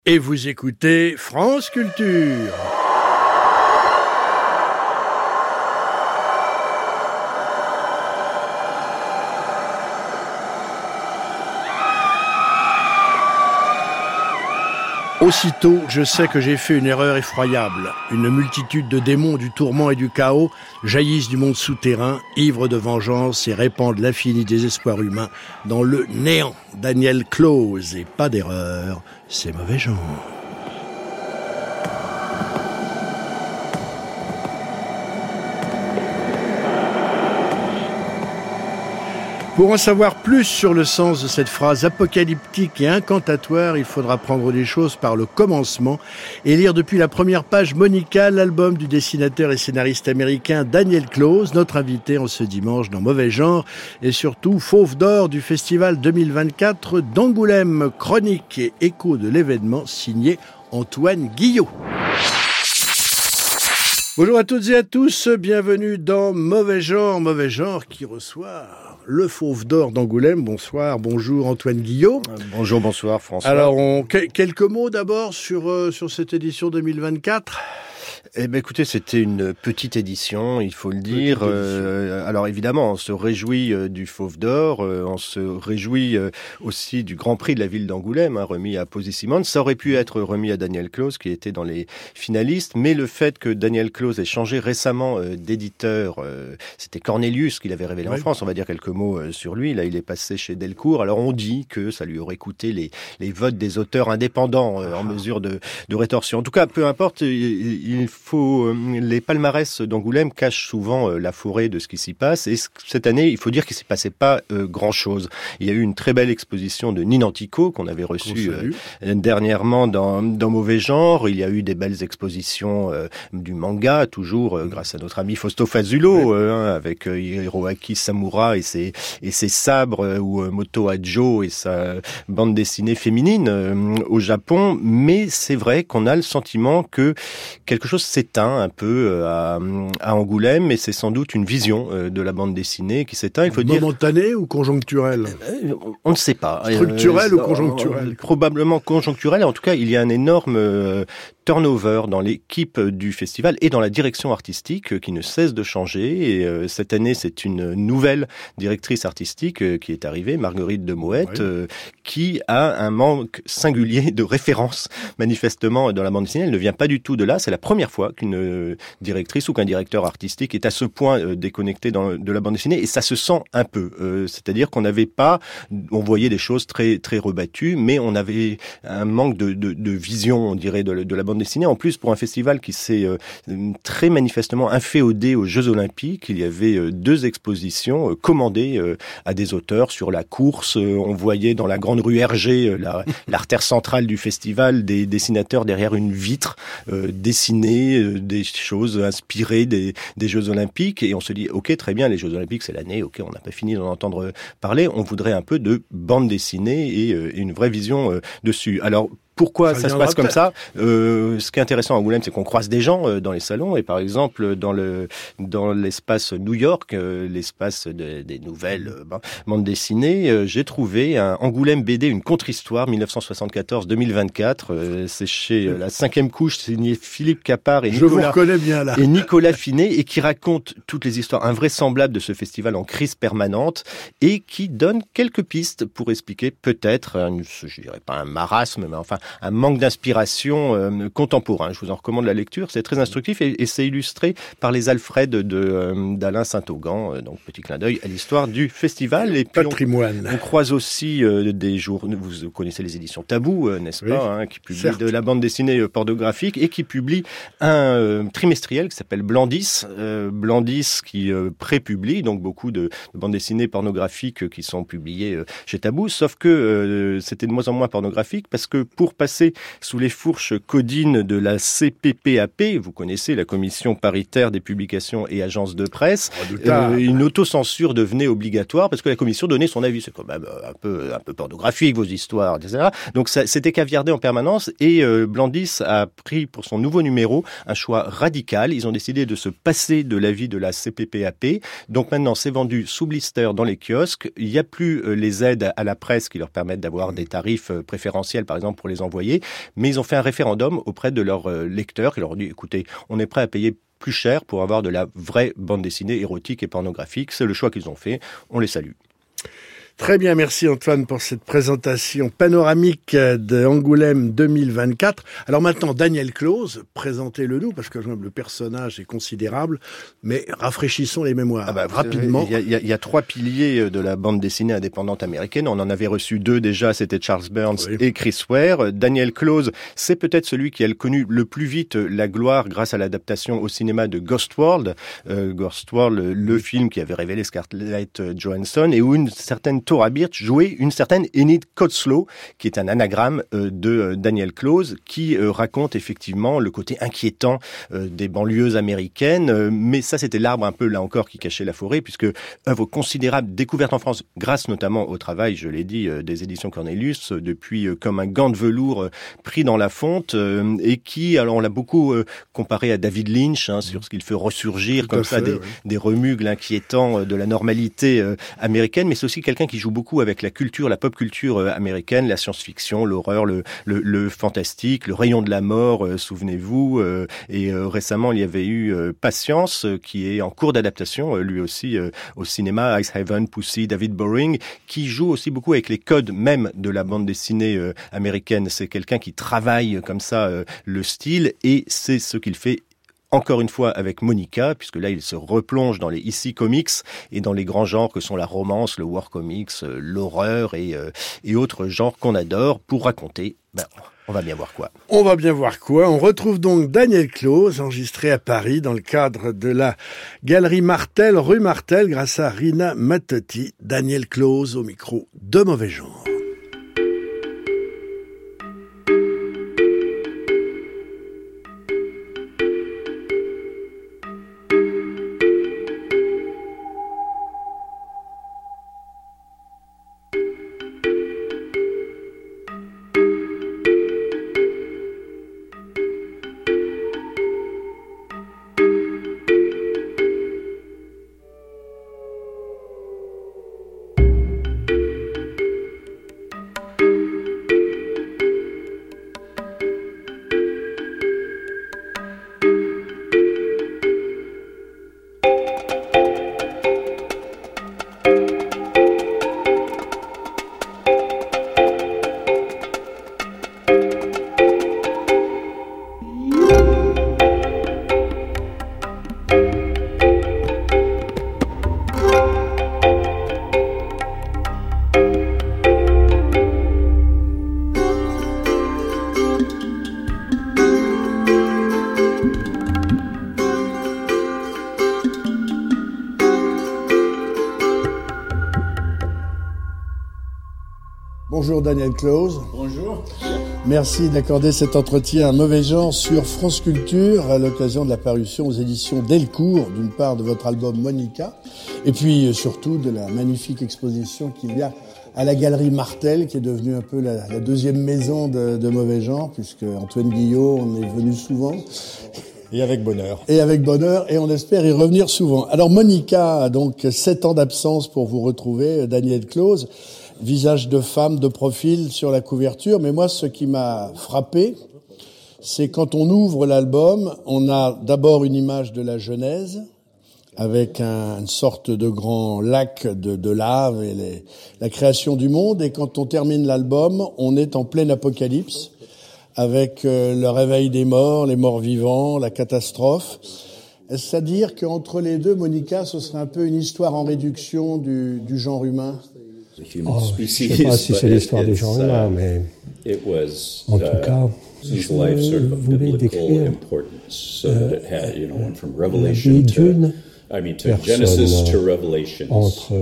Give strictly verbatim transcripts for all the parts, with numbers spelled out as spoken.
Et vous écoutez France Culture. Aussitôt, je sais que j'ai fait une erreur effroyable. Une multitude de démons du tourment et du chaos jaillissent du monde souterrain, ivres de vengeance et répandent l'infini désespoir humain dans le néant. Daniel Clowes, et pas d'erreur, c'est mauvais genre. Pour en savoir plus sur le sens de cette phrase apocalyptique et incantatoire, il faudra prendre les choses par le commencement et lire depuis la première page Monica, l'album du dessinateur et scénariste américain Daniel Clowes, notre invité en ce dimanche dans Mauvais Genre, et surtout Fauve d'or du festival deux mille vingt-quatre d'Angoulême, chronique et écho de l'événement signé Antoine Guillot. Bonjour à toutes et à tous, bienvenue dans Mauvais Genre, Mauvais Genre qui reçoit le Fauve d'or d'Angoulême. Bonsoir, bonjour Antoine Guillot. Euh, bonjour, bonsoir François. Alors, on, que, quelques mots d'abord sur, euh, sur cette édition deux mille vingt-quatre. Eh ben écoutez, c'était une petite édition, il faut le dire. Euh, alors évidemment, on se réjouit euh, du Fauve d'or, euh, on se réjouit euh, aussi du Grand Prix de la ville d'Angoulême, hein, remis à Posy Simmonds. Ça aurait pu être remis à Daniel Clowes, qui était dans les finalistes, mais le fait que Daniel Clowes ait changé récemment euh, d'éditeur, euh, c'était Cornelius qui l'avait révélé oui. en France. On va dire quelques mots euh, sur lui. Là, il est passé chez Delcourt. Alors on dit que ça lui aurait coûté les, les votes des auteurs indépendants euh, en mesure de, de rétorsion. En tout cas, peu importe, il, il faut, euh, les palmarès d'Angoulême cachent souvent euh, la forêt de ce qui s'y passe. Et cette année, il faut dire qu'il s'y passait pas euh, grand-chose. Il y a eu une très belle exposition de Ninantico qu'on avait reçue euh, dernièrement dans, dans Mauvais Genre. Il y a eu des belles expositions euh, du manga, toujours euh, grâce à notre ami Fausto Fazulo, euh, hein, avec euh, Hiroaki Samura et ses, et ses sabres, euh, ou euh, Moto Hajo et sa bande dessinée féminine euh, au Japon. Mais c'est vrai qu'on a le sentiment que quelque chose s'éteint un peu à, à Angoulême, et c'est sans doute une vision de la bande dessinée qui s'éteint. Il faut dire momentanée ou conjoncturelle ? On ne sait pas. Structurelle euh, ou conjoncturelle ? Probablement conjoncturelle. En tout cas, il y a un énorme euh, turnover dans l'équipe du festival et dans la direction artistique euh, qui ne cesse de changer. Et euh, cette année, c'est une nouvelle directrice artistique euh, qui est arrivée, Marguerite de Moët, oui. euh, qui a un manque singulier de référence, manifestement, dans la bande dessinée. Elle ne vient pas du tout de là. C'est la première fois qu'une directrice ou qu'un directeur artistique est à ce point euh, déconnecté dans, de la bande dessinée, et ça se sent un peu. Euh, c'est-à-dire qu'on n'avait pas, on voyait des choses très très rebattues, mais on avait un manque de, de, de vision, on dirait, de, de la bande dessinée. En plus, pour un festival qui s'est euh, très manifestement inféodé aux Jeux Olympiques, il y avait euh, deux expositions euh, commandées euh, à des auteurs sur la course. Euh, on voyait dans la grande rue Hergé, euh, la, l'artère centrale du festival, des dessinateurs derrière une vitre euh, dessiner euh, des choses inspirées des, des Jeux Olympiques, et on se dit ok, très bien, les Jeux Olympiques c'est l'année, ok, on n'a pas fini d'en entendre parler, on voudrait un peu de bande dessinée et, euh, et une vraie vision euh, dessus. Alors pourquoi ça, ça se passe comme ça ? euh, Ce qui est intéressant à Angoulême, c'est qu'on croise des gens euh, dans les salons, et par exemple dans le dans l'espace New York, euh, l'espace de, des nouvelles euh, bandes dessinées, euh, j'ai trouvé un Angoulême B D, une contre-histoire dix-neuf cent soixante-quatorze deux mille vingt-quatre. Euh, c'est chez euh, la cinquième couche, signé Philippe Capard et Nicolas, Je vous reconnais bien, là. et Nicolas Finet, et qui raconte toutes les histoires invraisemblables de ce festival en crise permanente, et qui donne quelques pistes pour expliquer peut-être, une, je dirais pas un marasme, mais enfin un manque d'inspiration euh, contemporain. Je vous en recommande la lecture, c'est très instructif, et, et c'est illustré par les Alfred de, euh, d'Alain Saint-Augan, euh, donc petit clin d'œil à l'histoire du festival. Et puis patrimoine. On, on croise aussi euh, des journaux, vous connaissez les éditions Tabou, euh, n'est-ce oui, pas, hein, qui publient certes. de la bande dessinée euh, pornographique, et qui publie un euh, trimestriel qui s'appelle Blandis, euh, Blandis qui euh, pré-publie donc beaucoup de, de bandes dessinées pornographiques euh, qui sont publiées euh, chez Tabou, sauf que euh, c'était de moins en moins pornographique, parce que pour passer sous les fourches codines de la C P P A P, vous connaissez la commission paritaire des publications et agences de presse, euh, une autocensure devenait obligatoire parce que la commission donnait son avis. C'est quand même un peu, un peu pornographique, vos histoires, et cetera. Donc ça, c'était caviardé en permanence, et euh, Blandis a pris pour son nouveau numéro un choix radical. Ils ont décidé de se passer de l'avis de la C P P A P. Donc maintenant, c'est vendu sous blister dans les kiosques. Il n'y a plus euh, les aides à la presse qui leur permettent d'avoir des tarifs euh, préférentiels, par exemple pour les les envoyer, mais ils ont fait un référendum auprès de leurs euh, lecteurs, qui leur ont dit, écoutez, on est prêt à payer plus cher pour avoir de la vraie bande dessinée érotique et pornographique. C'est le choix qu'ils ont fait. On les salue. Très bien, merci Antoine pour cette présentation panoramique de Angoulême deux mille vingt-quatre. Alors maintenant, Daniel Clowes, présentez-le nous, parce que le personnage est considérable, mais rafraîchissons les mémoires ah bah, rapidement. Il y, y, y a trois piliers de la bande dessinée indépendante américaine. On en avait reçu deux déjà, c'était Charles Burns oui. et Chris Ware. Daniel Clowes, c'est peut-être celui qui a connu le plus vite la gloire grâce à l'adaptation au cinéma de Ghost World. Euh, Ghost World, le, le film qui avait révélé Scarlett Johansson, et où une certaine Thora Birch jouait une certaine Enid Cotslow, qui est un anagramme euh, de euh, Daniel Clowes, qui euh, raconte effectivement le côté inquiétant euh, des banlieues américaines. Euh, mais ça, c'était l'arbre un peu, là encore, qui cachait la forêt, puisque œuvre considérable, découverte en France, grâce notamment au travail, je l'ai dit, euh, des éditions Cornelius, euh, depuis euh, comme un gant de velours euh, pris dans la fonte, euh, et qui, alors on l'a beaucoup euh, comparé à David Lynch, hein, sur ce qu'il fait ressurgir Tout comme ça fait, des, oui. des remugles inquiétants euh, de la normalité euh, américaine, mais c'est aussi quelqu'un qui joue beaucoup avec la culture, la pop culture euh, américaine, la science-fiction, l'horreur, le, le, le fantastique, le rayon de la mort, euh, souvenez-vous. Euh, et euh, récemment, il y avait eu euh, Patience, euh, qui est en cours d'adaptation, euh, lui aussi, euh, au cinéma, Icehaven, Pussy, David Boring, qui joue aussi beaucoup avec les codes même de la bande dessinée euh, américaine. C'est quelqu'un qui travaille euh, comme ça euh, le style, et c'est ce qu'il fait encore une fois avec Monica, puisque là il se replonge dans les E C Comics et dans les grands genres que sont la romance, le war comics, euh, l'horreur et, euh, et autres genres qu'on adore pour raconter, ben, on va bien voir quoi. On va bien voir quoi. On retrouve donc Daniel Clowes, enregistré à Paris dans le cadre de la Galerie Martel, rue Martel, grâce à Rina Mattotti. Daniel Clowes au micro de Mauvais Genre. Bonjour Daniel Clowes. Bonjour. Merci d'accorder cet entretien à Mauvais Genre sur France Culture à l'occasion de la parution aux éditions Delcourt, d'une part de votre album Monica, et puis surtout de la magnifique exposition qu'il y a à la Galerie Martel, qui est devenue un peu la, la deuxième maison de, de Mauvais Genre, puisque Antoine Guillot, on est venu souvent. Et avec bonheur. Et avec bonheur, et on espère y revenir souvent. Alors Monica a donc sept ans d'absence pour vous retrouver, Daniel Clowes. Visage de femme, de profil sur la couverture. Mais moi, ce qui m'a frappé, c'est quand on ouvre l'album, on a d'abord une image de la Genèse, avec un, une sorte de grand lac de, de lave et les, la création du monde. Et quand on termine l'album, on est en plein apocalypse, avec euh, le réveil des morts, les morts vivants, la catastrophe. Est-ce à dire qu'entre les deux, Monica, ce serait un peu une histoire en réduction du, du genre humain? Oh, je ne sais pas si c'est l'histoire du genre humain, mais en tout cas, je voulais décrire euh, la vie d'une personne entre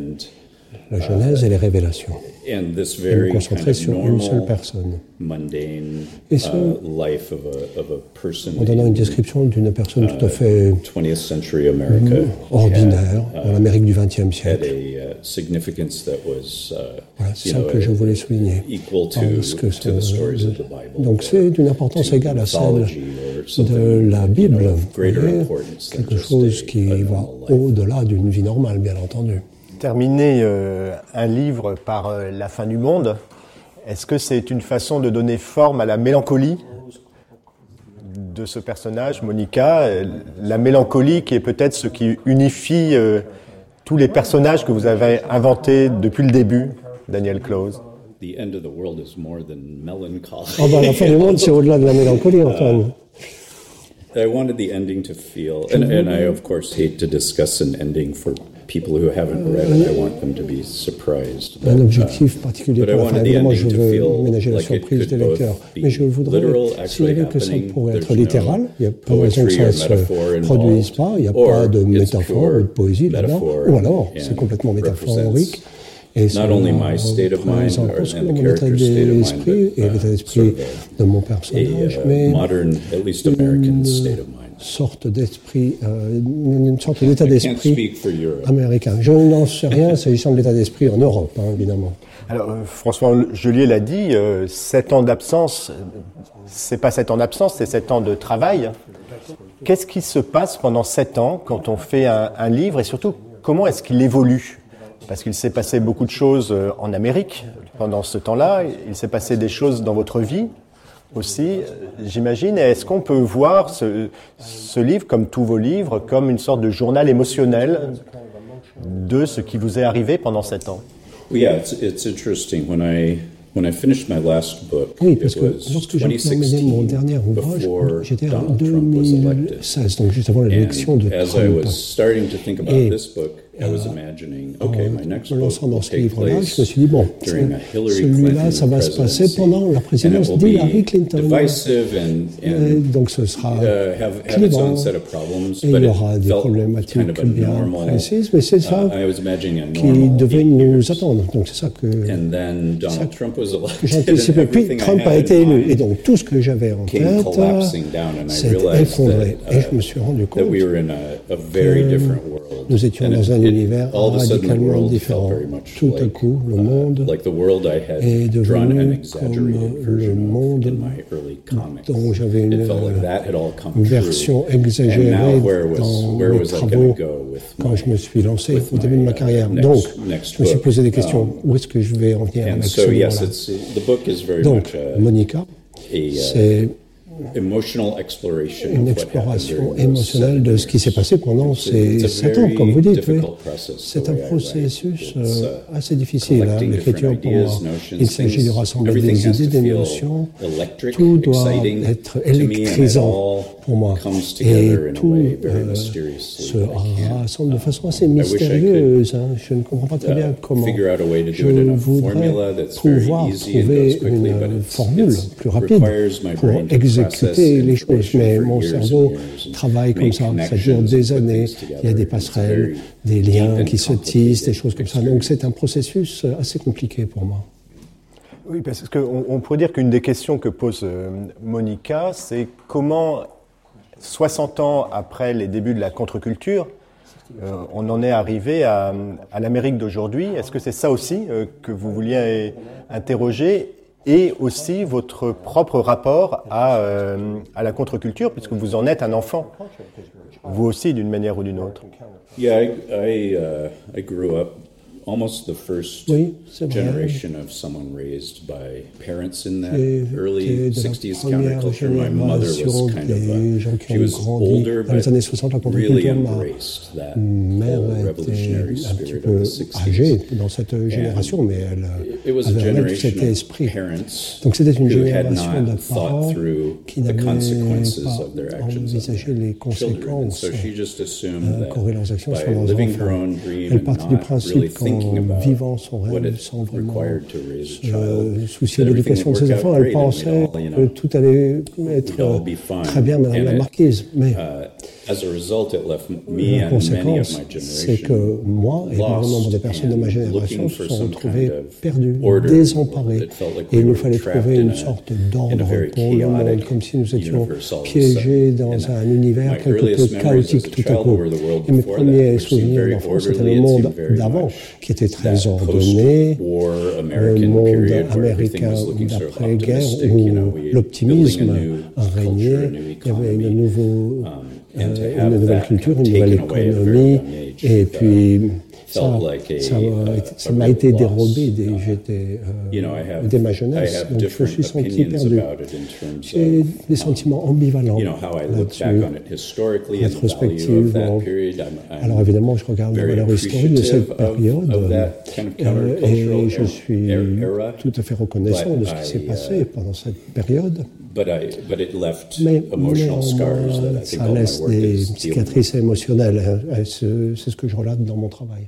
la Genèse et les Révélations. Et me concentrer sur une seule personne. Et ce, en donnant une description d'une personne tout à fait ordinaire dans l'Amérique du vingtième siècle. Voilà, c'est ça que je voulais souligner. Parce que ce, donc c'est d'une importance égale à celle de la Bible. Voyez, quelque chose qui va au-delà d'une vie normale, bien entendu. Terminer euh, un livre par euh, la fin du monde, Est-ce que c'est une façon de donner forme à la mélancolie de ce personnage, Monica, la mélancolie qui est peut-être ce qui unifie euh, tous les personnages que vous avez inventés depuis le début, Daniel Clowes? The end of the world is more than melancholy. Oh ben, la fin du monde, c'est au-delà de la mélancolie, Antoine. I wanted the ending to feel, and, and I of course hate to discuss an ending for people who haven't read it. I want them to be surprised. Un objectif particulier pour la fin. Évidemment, je veux ménager la surprise des lecteurs, mais je voudrais signaler que ça pourrait être littéral. Il n'y a pas de raison que ça ne se produise pas. Il n'y a pas de métaphore ou de poésie là-dedans. Ou alors, c'est complètement métaphorique. Et ça représente non seulement mon état d'esprit et l'état d'esprit de mon personnage, mais une sorte d'esprit, euh, une sorte d'état d'esprit américain. Je n'en sais rien s'agissant de l'état d'esprit en Europe, hein, évidemment. Alors, euh, François Gelier l'a dit, euh, sept ans d'absence, c'est pas sept ans d'absence, c'est sept ans de travail. Qu'est-ce qui se passe pendant sept ans quand on fait un, un livre et surtout, comment est-ce qu'il évolue ? Parce qu'il s'est passé beaucoup de choses en Amérique pendant ce temps-là. Il s'est passé des choses dans votre vie aussi, j'imagine. Et est-ce qu'on peut voir ce, ce livre, comme tous vos livres, comme une sorte de journal émotionnel de ce qui vous est arrivé pendant sept ans? Well, yeah, it's, it's interesting. When I when I finished my last book, oui, parce que lorsque j'ai terminé mon dernier ouvrage, j'étais en deux mille seize, donc juste avant l'élection de Trump. Et I was imagining, okay, my next book will take place je me suis dit, bon, celui-là, ça va se passer pendant la présidence d'Hillary Clinton. Et donc ce sera clivant, et il y aura des problématiques bien précises, mais c'est ça qui devait nous attendre. Donc c'est ça que, ça que j'anticipais. Puis Trump a été élu, et donc tout ce que j'avais en tête s'est effondré. Et je me suis rendu compte que nous étions dans un univers radicalement différent. Tout à coup, le monde est devenu comme le monde dont j'avais une, une version exagérée dans mes travaux quand je me suis lancé au début de ma carrière. Donc, je me suis posé des questions. Où est-ce que je vais en venir avec ce livre-là? Donc, Monica, c'est une exploration émotionnelle de ce qui s'est passé pendant ces sept ans, comme vous dites. Oui. C'est un processus euh, assez difficile, hein, l'écriture pour moi. Il s'agit de rassembler des idées, des notions. Tout doit être électrisant pour moi. Et tout euh, se rassemble de façon assez mystérieuse. Hein. Je ne comprends pas très bien comment. Je voudrais pouvoir trouver une formule plus rapide pour exécuter les choses, mais mon cerveau travaille comme ça, ça dure des années, il y a des passerelles, des liens qui se tissent, des choses comme ça, donc c'est un processus assez compliqué pour moi. Oui, parce qu'on on pourrait dire qu'une des questions que pose euh, Monica, c'est comment, soixante ans après les débuts de la contre-culture, euh, on en est arrivé à, à l'Amérique d'aujourd'hui. Est-ce que c'est ça aussi euh, que vous vouliez interroger ? Et aussi votre propre rapport à, euh, à la contre-culture, puisque vous en êtes un enfant, vous aussi d'une manière ou d'une autre. Yeah, I, I, uh, I grew up almost the first oui, generation of someone raised by parents in that early sixties counterculture. My mother was kind of a, she was older, but really embraced that whole revolutionary spirit of the sixties. Dans cette génération, mais elle it was a generation of parents who had not thought through the consequences of their actions on their children. And so she just assumed that by living her own dream and not really thinking about vivant son what rêve it sans vraiment required to raise a se child, soucier de l'éducation de ses enfants. Elle pensait que tout allait être très bien, Madame la Marquise. Mais la conséquence, c'est que moi et un nombre de personnes de ma génération se sont retrouvés perdus, désemparés. Et il nous fallait trouver une sorte d'ordre pour le monde, comme si nous étions piégés dans un univers quelque peu chaotique tout à coup. Et mes premiers souvenirs d'enfance, c'était le monde d'avant, qui était très ordonné, le monde américain d'après-guerre, où l'optimisme régnait, il y avait une nouveau... Euh, une nouvelle culture, une nouvelle économie, et puis Ça, ça, ça m'a été dérobé dès, j'étais, euh, dès ma jeunesse, donc je me suis senti perdu. J'ai des sentiments ambivalents là-dessus, rétrospectivement. Alors évidemment, je regarde la valeur historique de cette période euh, et je suis tout à fait reconnaissant de ce qui s'est passé pendant cette période. Mais néanmoins, ça laisse des cicatrices émotionnelles. C'est ce que je relate dans mon travail.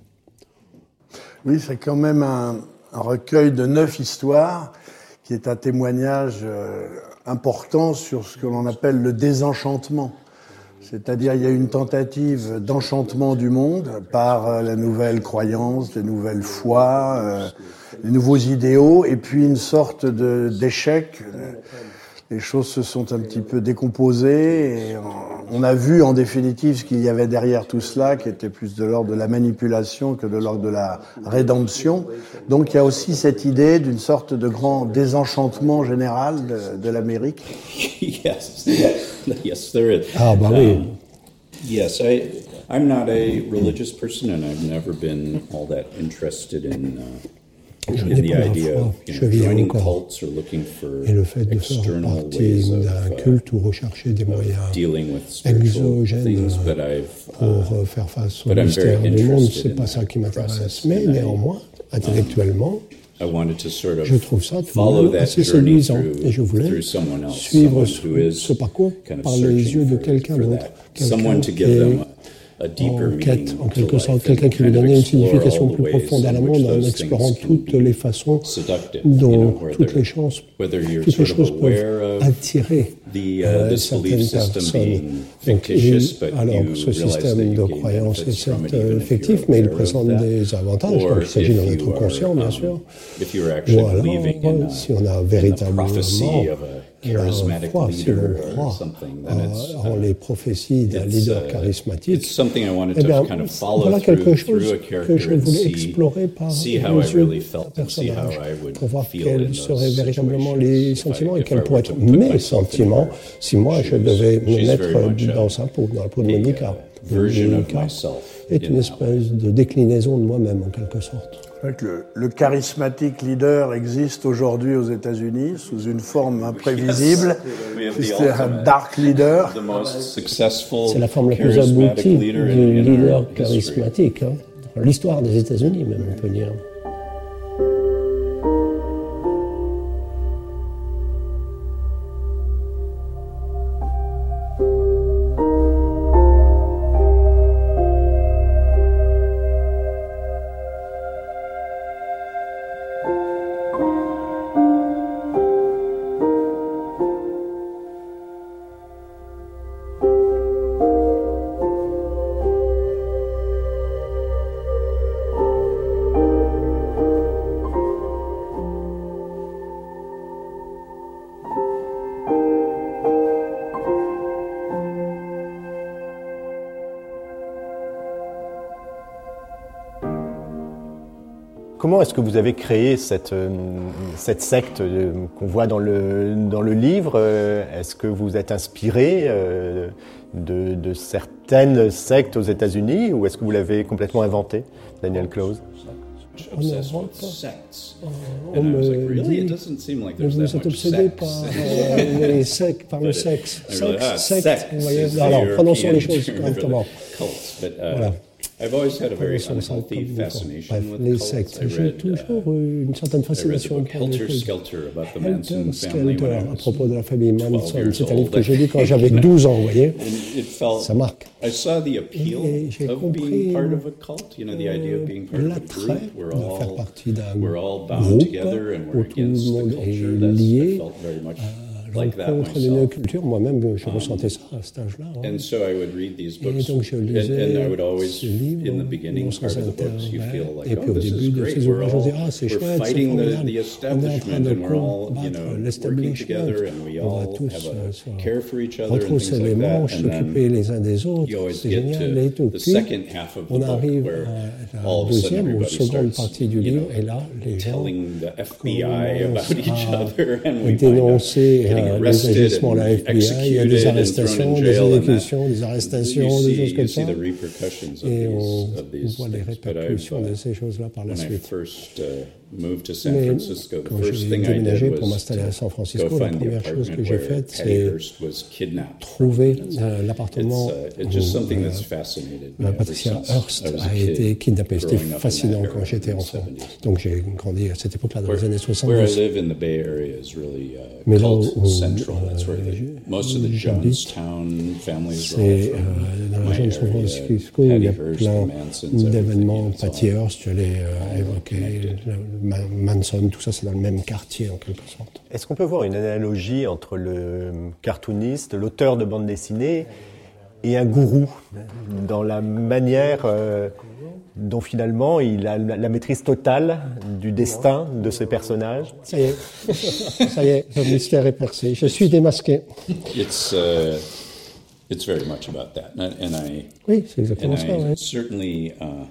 Oui, c'est quand même un, un recueil de neuf histoires qui est un témoignage euh, important sur ce que l'on appelle le désenchantement. C'est-à-dire, il y a une tentative d'enchantement du monde par euh, la nouvelle croyance, les nouvelles foi, euh, les nouveaux idéaux, et puis une sorte de, d'échec. Les choses se sont un petit peu décomposées et on a vu en définitive ce qu'il y avait derrière tout cela, qui était plus de l'ordre de la manipulation que de l'ordre de la rédemption. Donc il y a aussi cette idée d'une sorte de grand désenchantement général de, de l'Amérique. Yes, yes, there is. Ah bah oui. Um, yes, I, I'm not a religious person, and I've never been all that interested in. Uh, Je n'ai pas la foi, je vis encore. Et le fait de faire partie d'un culte ou rechercher des moyens exogènes pour faire face au mystère du monde, c'est pas ça qui m'intéresse. Mais néanmoins, intellectuellement, je trouve ça tout de même assez séduisant. Et je voulais suivre ce, ce parcours par les yeux de quelqu'un d'autre. Quelqu'un qui est en quête, en quelque sorte, quelqu'un qui lui donnait une signification plus profonde à la monde en explorant toutes les façons dont toutes les chances, toutes les choses peuvent attirer euh, certaines personnes. Donc, et, alors, ce système de croyance est certes fictif, mais il présente des avantages. Donc, il s'agit d'en être conscient, bien sûr. Ou alors, si on a véritablement la foi, si l'on croit euh, en les prophéties d'un leader charismatique, eh bien, voilà quelque chose que je voulais explorer par les yeux d'un personnage, pour voir quels seraient véritablement les sentiments et quels pourraient être mes sentiments si moi je devais me mettre dans sa peau, dans la peau de Monica. Monica est une espèce de déclinaison de moi-même en quelque sorte. Le, le charismatique leader existe aujourd'hui aux États-Unis sous une forme imprévisible. C'est un dark leader. C'est la forme la plus aboutie du leader charismatique. Hein. L'histoire des États-Unis, même, on peut dire. Comment est-ce que vous avez créé cette, cette secte qu'on voit dans le, dans le livre? Est-ce que vous êtes inspiré de, de certaines sectes aux États-Unis ou est-ce que vous l'avez complètement inventé, Daniel Clowes? On n'invente pas. On me dit que vous êtes obsédé par, euh, les sectes, par le sexe. Sexe, secte, vous voyez. Alors, prononçons les choses correctement. Voilà. I've always had a very unhealthy fascination with les cults. sectes. J'ai toujours eu une certaine fascination pour les cultes. Helter Skelter, à propos de la famille Manson. C'est un livre que j'ai lu quand j'avais douze ans, vous voyez. Ça marque. Et j'ai compris l'attrait de faire partie d'un groupe où tout le monde est lié. L'encontre d'une culture, moi-même, je ressentais ça à cet âge-là. Hein. Et donc, je lisais ces livres dans sens intervalle. Et puis, au début de ces ouvrages, je disais, ah, c'est chouette, c'est formidable. On est en train de combattre l'establishment. On va tous euh, se retrousser les manches, s'occuper les uns des autres. C'est génial. Et tout. Puis, on arrive à la deuxième ou seconde partie du livre. Et là, les gens commencent à dénoncer a les agissements de la F B I, il y a des arrestations, des exécutions, des arrestations, des choses comme ça. Et on voit les répercussions de ces choses-là par la suite. Mais quand j'ai déménagé pour m'installer à San Francisco, la première chose que j'ai faite, c'est trouver euh, l'appartement où euh, Patricia Hearst a été kidnappée. C'était fascinant quand j'étais enfant. Donc j'ai grandi à cette époque-là, dans les années soixante-dix. Mais là où euh, j'habite, c'est euh, dans la région de San Francisco, où il y a plein d'événements. Patty Hearst, je l'ai euh, évoqué, Manson, tout ça, c'est dans le même quartier en quelque sorte. Est-ce qu'on peut voir une analogie entre le cartooniste, l'auteur de bande dessinée, et un gourou dans la manière euh, dont finalement il a la maîtrise totale du destin de ses personnages? Ça y est, ça y est, le mystère est percé. Je suis démasqué. It's, uh, it's very much about that, and I. Oui, c'est exactement and ça. I Ouais. Certainly. Uh,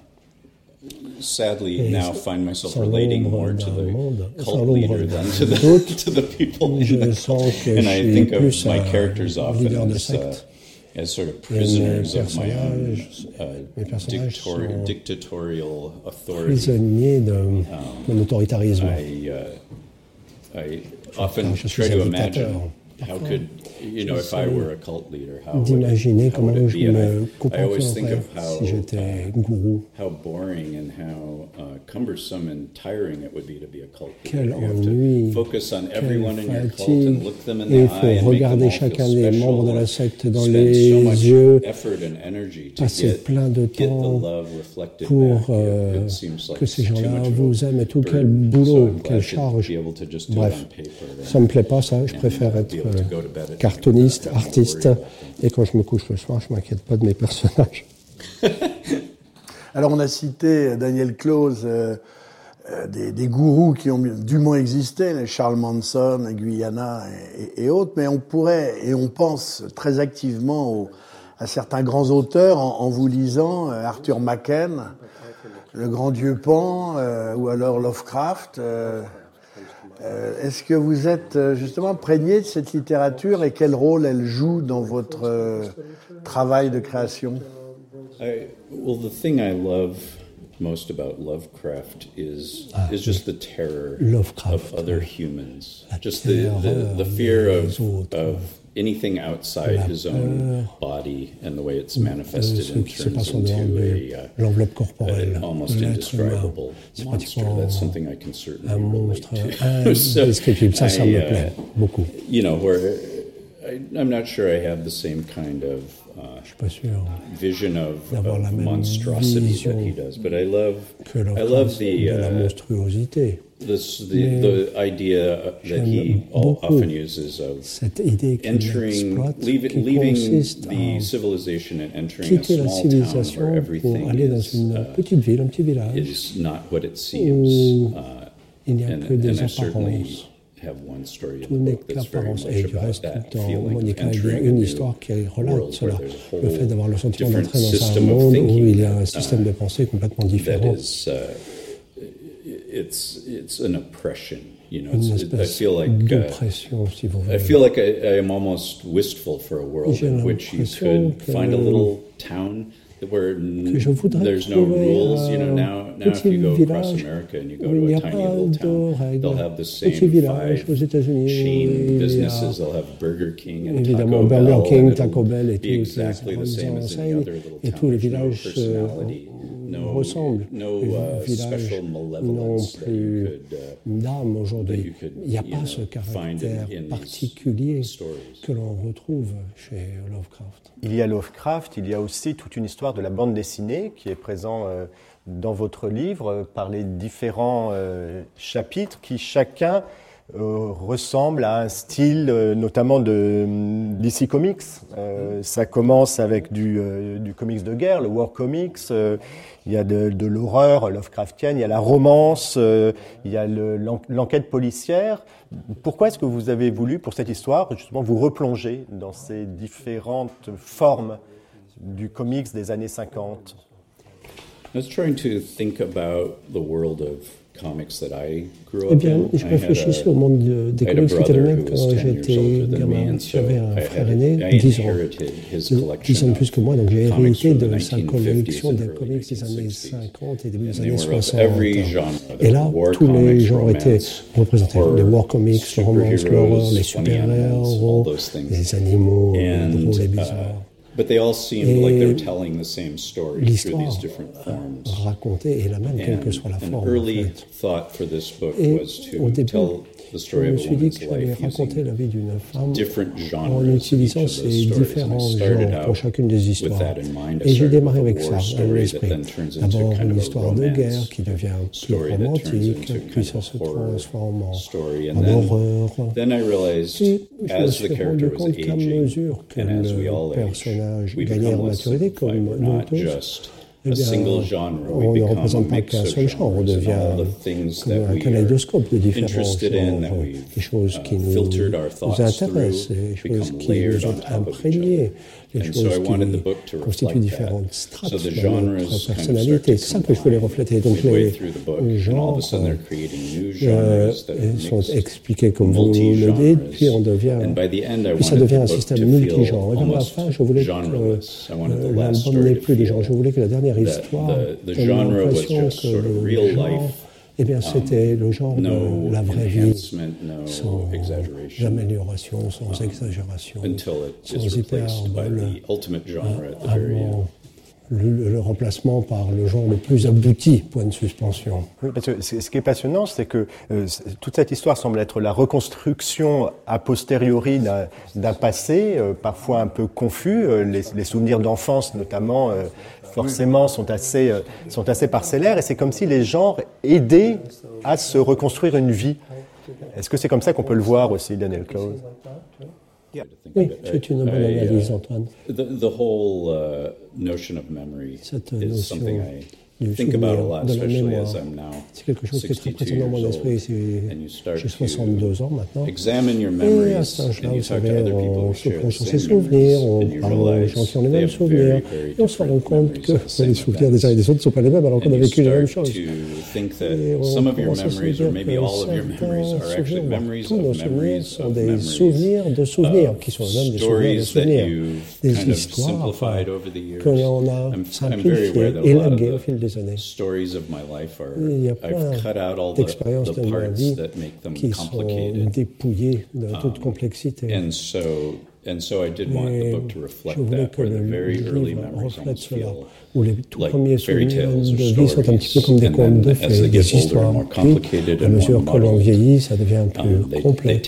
Sadly, now find myself relating more to the cult leader than to the, to the people in the cult. And I think of my characters often as, uh, as sort of prisoners of my own uh, dictator- dictatorial authority. Prisonniers de um, mon autoritarisme. I, uh, I often try to imagine how could, you know, if I were a cult leader, how would, d'imaginer how would comment it je be? And me I, I always think comporterais of how, si j'étais uh, gourou. how boring and how uh, cumbersome and tiring it would be to be a cult leader. Quel You have ennui, to focus on quelle everyone in your cult fatigue. and look them in Et il the faut eye and make them regarder all chacun feel des special membres de la and secte dans spend les so much yeux, effort and energy to passer get, plein de get the temps love reflected pour back. euh, It seems like que ces too gens-là much of a vous aiment et tout. Quel burden. So boulot, I'm glad quelle to charge. be able to just do it Bref, on paper and- ça me plaît pas ça, je préfère être euh, cartooniste, artiste, et quand je me couche le soir, je m'inquiète pas de mes personnages. Alors on a cité Daniel Close, euh, euh, des, des gourous qui ont dûment existé, les Charles Manson, Guyana et, et, et autres, mais on pourrait, et on pense très activement au, à certains grands auteurs en, en vous lisant, euh, Arthur Machen, le grand dieu Pan, euh, ou alors Lovecraft. Euh, euh, est-ce que vous êtes justement imprégné de cette littérature et quel rôle elle joue dans votre euh, travail de création? I, well, the thing I love most about Lovecraft is ah, is just the terror Lovecraft, of other humans, just the, the, the fear of, of anything outside his own body and the way it's manifested and turns into a, uh, an almost indescribable monster. That's something I can certainly relate to. So ça, ça me plaît beaucoup. You know, where I, I'm not sure I have the same kind of uh, vision of, of monstrosity that he does, but I love, I love the, uh, this, the, the idea that he often uses of entering, leaving, leaving the civilization and entering a small town where everything is, uh, is not what it seems. Uh, and, and I certainly have one story in the book that's very much about that feeling of entering a new world where there's a whole different system of thinking uh, that is, uh, it's, it's an oppression, you know, it's, it, I feel like, uh, I feel like I, I am almost wistful for a world in which you could find a little town where there's no rules, you know, now, now if you go across America and you go to a tiny little town, they'll have the same five chain businesses, they'll have Burger King and Taco Bell, and it'll be exactly the same as any other little town. There's no personality, no, no uh, special malevolence that you could, uh, that you could, il n'y a pas ce caractère particulier que l'on retrouve chez Lovecraft. Il y a Lovecraft, il y a aussi toute une histoire de la bande dessinée qui est présente euh, dans votre livre euh, par les différents euh, chapitres qui chacun euh, ressemble à un style euh, notamment de D C Comics. Euh, ça commence avec du, euh, du comics de guerre, le War Comics, euh, il y a de, de l'horreur Lovecraftienne, il y a la romance, euh, il y a le, l'enquête policière. Pourquoi est-ce que vous avez voulu, pour cette histoire, justement vous replonger dans ces différentes formes du comics des années cinquante? I was trying to think about the world of Eh bien, je réfléchissais au monde de, des comics qui étaient le même quand j'étais gamin. J'avais un frère aîné, dix ans, dix ans de plus que moi, donc j'ai hérité de sa collection des comics des années cinquante et début des années soixante. Et là, tous les genres étaient représentés. Les war comics, le romance, l'horreur, les super-héros, les animaux, drôles et bizarres. Et l'histoire racontée est la même, quelle que soit la forme. En fait. Et au début, je me suis dit que j'allais raconter la vie d'une femme en utilisant ces différents genres pour chacune des histoires. Et j'ai démarré avec ça, dans l'esprit. D'abord une histoire de guerre qui devient plus romantique, puis ça se transforme en, en horreur. Et je me suis rendu compte qu'à mesure que le personnage gagnait en maturité, comme nous tous, eh bien, on ne représente pas qu'un seul genre, on devient comme un kaléidoscope de différents genres, des choses qui nous, nous intéressent, des choses qui nous ont imprégnés, des choses qui constituent différentes strates de notre personnalité. C'est ça que je voulais refléter. Donc les genres euh, sont expliqués comme vous le dites, puis on devient, puis ça devient un système multigenre. Et dans la fin, je voulais que euh, l'album n'ait plus de genre. Je voulais que la dernière histoire donne l'impression que le genre, eh bien, c'était le genre de la vraie vie, sans amélioration, sans exagération, sans hyperbole, avant le, le remplacement par le genre le plus abouti, point de suspension. Oui, parce que ce qui est passionnant, c'est que euh, toute cette histoire semble être la reconstruction a posteriori d'un, d'un passé, euh, parfois un peu confus. Euh, les, les souvenirs d'enfance, notamment, euh, forcément, sont assez, euh, sont assez parcellaires, et c'est comme si les genres aidaient à se reconstruire une vie. Est-ce que c'est comme ça qu'on peut le voir aussi, Daniel Clowes? Oui, c'est une bonne analyse, Antoine. Cette notion du souvenir, de la mémoire, c'est quelque chose qui est très présent dans mon esprit. J'ai soixante-deux ans maintenant. Et à cet âge-là, vous savez, on se plonge sur ses souvenirs, on parle aux gens qui ont les mêmes souvenirs, et on se rend compte que les souvenirs des uns et des autres ne sont pas les mêmes alors qu'on a vécu les mêmes choses. Et on commence à se dire que certains souvenirs, tous nos souvenirs sont des souvenirs de souvenirs, qui sont même des souvenirs de souvenirs, des histoires que l'on a simplifiées, élaguées au fil des années. Il y a plein d'expériences de ma vie qui sont dépouillées de toute complexité. Et je voulais que le livre reflète cela, où les tout premiers souvenirs de vie sont un petit peu comme des contes de fées, des histoires. Puis, à mesure que l'on vieillit, ça devient plus complexe.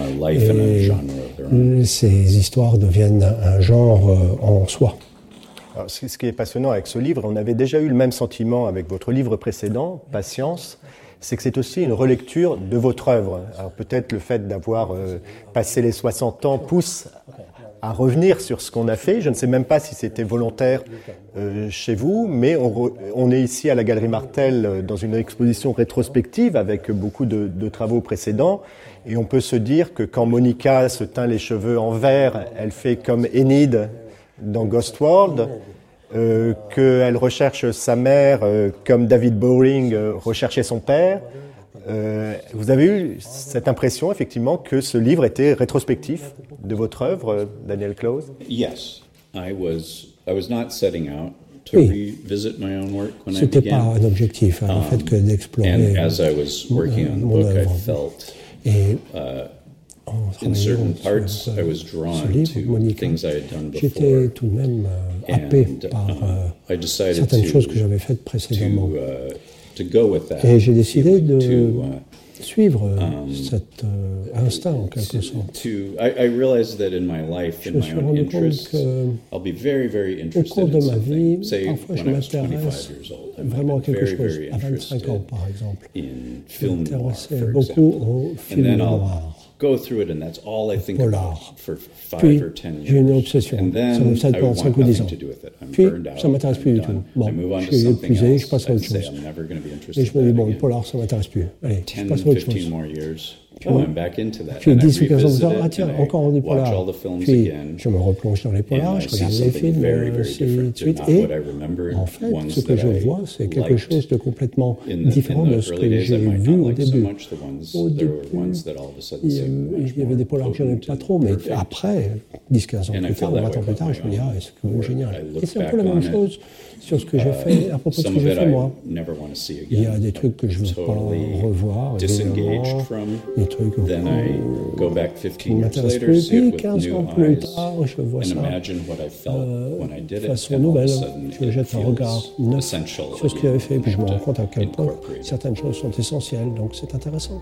Et ces histoires deviennent un genre en soi. Alors, ce qui est passionnant avec ce livre, on avait déjà eu le même sentiment avec votre livre précédent, Patience, c'est que c'est aussi une relecture de votre œuvre. Alors peut-être le fait d'avoir euh, passé les soixante ans pousse à revenir sur ce qu'on a fait. Je ne sais même pas si c'était volontaire euh, chez vous, mais on, re, on est ici à la Galerie Martel dans une exposition rétrospective avec beaucoup de, de travaux précédents. Et on peut se dire que quand Monica se teint les cheveux en vert, elle fait comme Enid dans Ghost World, euh, qu'elle recherche sa mère euh, comme David Boring euh, recherchait son père. Euh, vous avez eu cette impression, effectivement, que ce livre était rétrospectif de votre œuvre, Daniel Clowes? Yes, I was. I was not setting out to oui. revisit my own work when C'était I began. Pas un objectif, hein, um, le fait que d'explorer and as I was working on the book, I felt. Et, uh, In certain parts, I was drawn livre, to Monica, things I had done before. J'étais tout de même euh, happé and, par euh, uh, I decided certaines to, choses que j'avais faites précédemment. To, uh, to go with that, Et j'ai décidé de to, uh, suivre um, cet euh, instinct, en quelque to, sorte. To, I, I realized that in my life, in my own interests, I'll be very, very interested au cours de in ma something. vie, Say, parfois je when I was m'intéresse twenty-five years old, I vraiment à quelque very, chose, very à vingt-cinq ans par exemple. In Je film noir, m'intéressais for beaucoup example. au film noir. Go through it, and that's all I think Polar. about for five Puis, or ten years. j'ai une obsession. And then Ça m'obsède I pendant want cinq ou dix nothing ans. to do with it. I'm Puis, burned out. ça m'intéresse plus I'm du done. tout. Bon, I move on je to suis something épuisé, else. je passe à I'd autre say chose. I'm never going to be interested Et je me in dis, that bon, le again. polar, ça m'intéresse plus. Allez, je ten, passe à autre chose. fifteen more years. Puis, oh, I'm back into that. Puis dix ou quinze ans plus tard, ah tiens, encore du polar. Puis je me replonge dans les polars, je regarde les films, ainsi de suite. Et en fait, ce que je vois, c'est quelque chose de complètement différent de ce que j'ai vu au début. Au début, il y avait des polars que je n'aimais pas trop, mais après, dix quinze ans plus tard, vingt ans plus tard, je me dis, ah, c'est génial. Et c'est un peu la même chose sur ce que j'ai fait, à propos de ce que j'ai fait moi. Il y a des trucs que je ne veux pas revoir, évidemment, des trucs qui ne m'intéressent plus. Puis quinze ans plus tard, je vois ça euh, de façon nouvelle. Je jette un regard neuf sur ce que j'avais fait, puis je me rends compte à quel point certaines choses sont essentielles, donc c'est intéressant.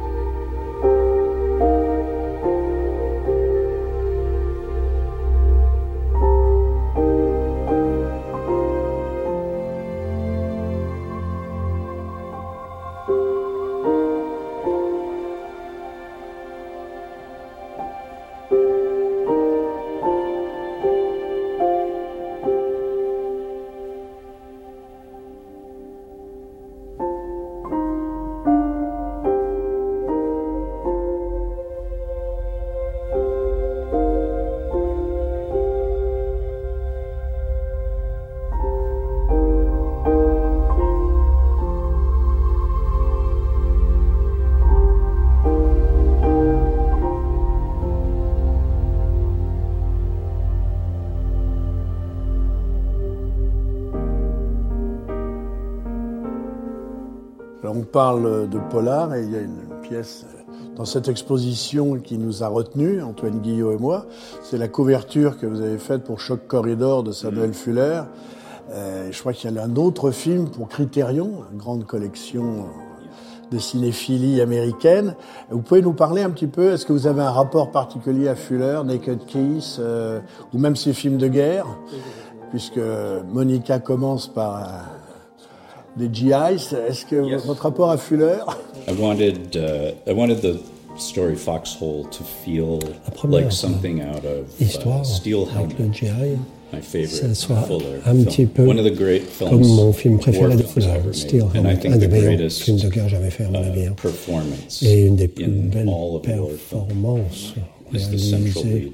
On parle de polar et il y a une pièce dans cette exposition qui nous a retenus, Antoine Guillot et moi. C'est la couverture que vous avez faite pour Choc Corridor de Samuel Fuller. Euh, je crois qu'il y a un autre film pour Criterion, une grande collection de cinéphilie américaine. Vous pouvez nous parler un petit peu, est-ce que vous avez un rapport particulier à Fuller, Naked Kiss, euh, ou même ses films de guerre, puisque Monica commence par... Euh, des G Is. Est-ce que yes. votre rapport à Fuller? I wanted, uh, I wanted the story Foxhole to feel like something out of uh, Steel Helmet. My favorite Fuller un petit peu One of the great films, comme mon film préféré de Fuller, Steel Helmet, un des meilleurs films de guerre jamais fait à mon avis. Uh, Et une des plus belles performances réalisées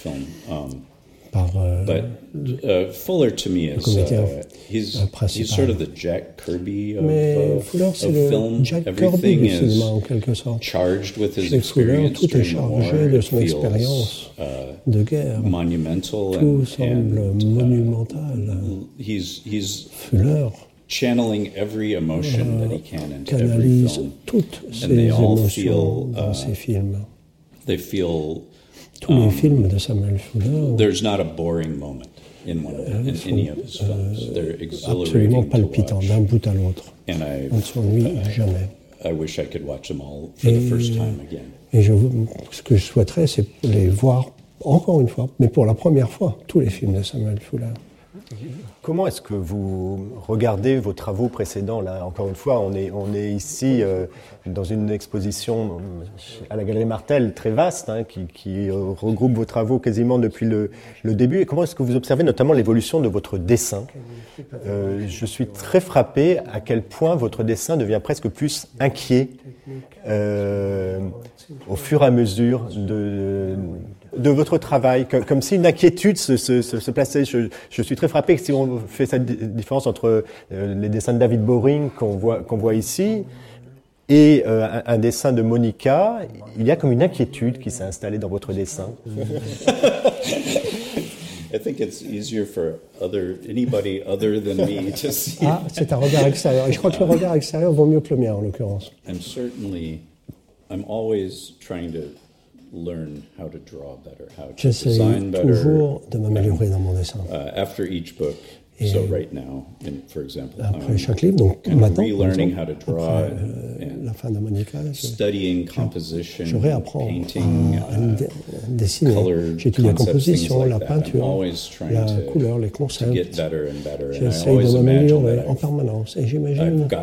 par euh, But uh, Fuller to me is uh, he's, he's sort of the Jack Kirby of, Mais Fuller, c'est le film. Jack Everything Kirby du cinéma en quelque sorte. Charged with his Chez Fuller, tout est chargé war. de son expérience uh, de guerre. Monumental tout and, semble and, monumental. Uh, he's, he's Fuller channeling every emotion uh, that he can into canalise every film. toutes and ses they all émotions feel, dans uh, ses films. They feel Tous les um, films de Samuel Fuller. There's not a boring moment in one of, in sont, any of his films. Euh, They're exhilarating absolument palpitants d'un bout à l'autre. And I, On ne s'ennuie uh, jamais. I wish I could watch them all for et, the first time again. Et je, ce que je souhaiterais, c'est les voir encore une fois, mais pour la première fois, tous les films de Samuel Fuller. Comment est-ce que vous regardez vos travaux précédents là? Encore une fois, on est, on est ici euh, dans une exposition à la Galerie Martel très vaste, hein, qui, qui regroupe vos travaux quasiment depuis le, le début. Et comment est-ce que vous observez notamment l'évolution de votre dessin? euh, Je suis très frappé à quel point votre dessin devient presque plus inquiet euh, au fur et à mesure de... de votre travail, comme si une inquiétude se, se, se plaçait. Je, je suis très frappé que si on fait cette différence entre euh, les dessins de David Boring qu'on voit, qu'on voit ici et euh, un, un dessin de Monica, il y a comme une inquiétude qui s'est installée dans votre dessin. I think it's easier for other, anybody other than me to see. Ah, c'est un regard extérieur. Et je crois que le regard extérieur vaut mieux que le mien, en l'occurrence. I'm certainly, I'm always trying to learn how to draw better, how to design better. J'essaie toujours de m'améliorer dans mon dessin. Uh, after each book, Et so right now, in, for example, après I'm chaque livre, donc maintenant, relearning exemple, how to draw après euh, and la fin de Monica, je, studying composition, je réapprends painting, à, à uh, dessiner. J'étudie la composition, la peinture, la couleur, les concepts. J'essaie de m'améliorer en permanence. Et j'imagine que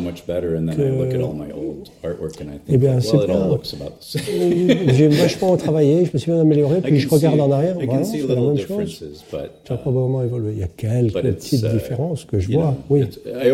eh bien, c'est bien. J'ai vachement travaillé, je me suis bien amélioré, puis je regarde en arrière, voilà, c'est la même chose. Ça a probablement évolué. Il y a quelques petites différences que je vois, oui.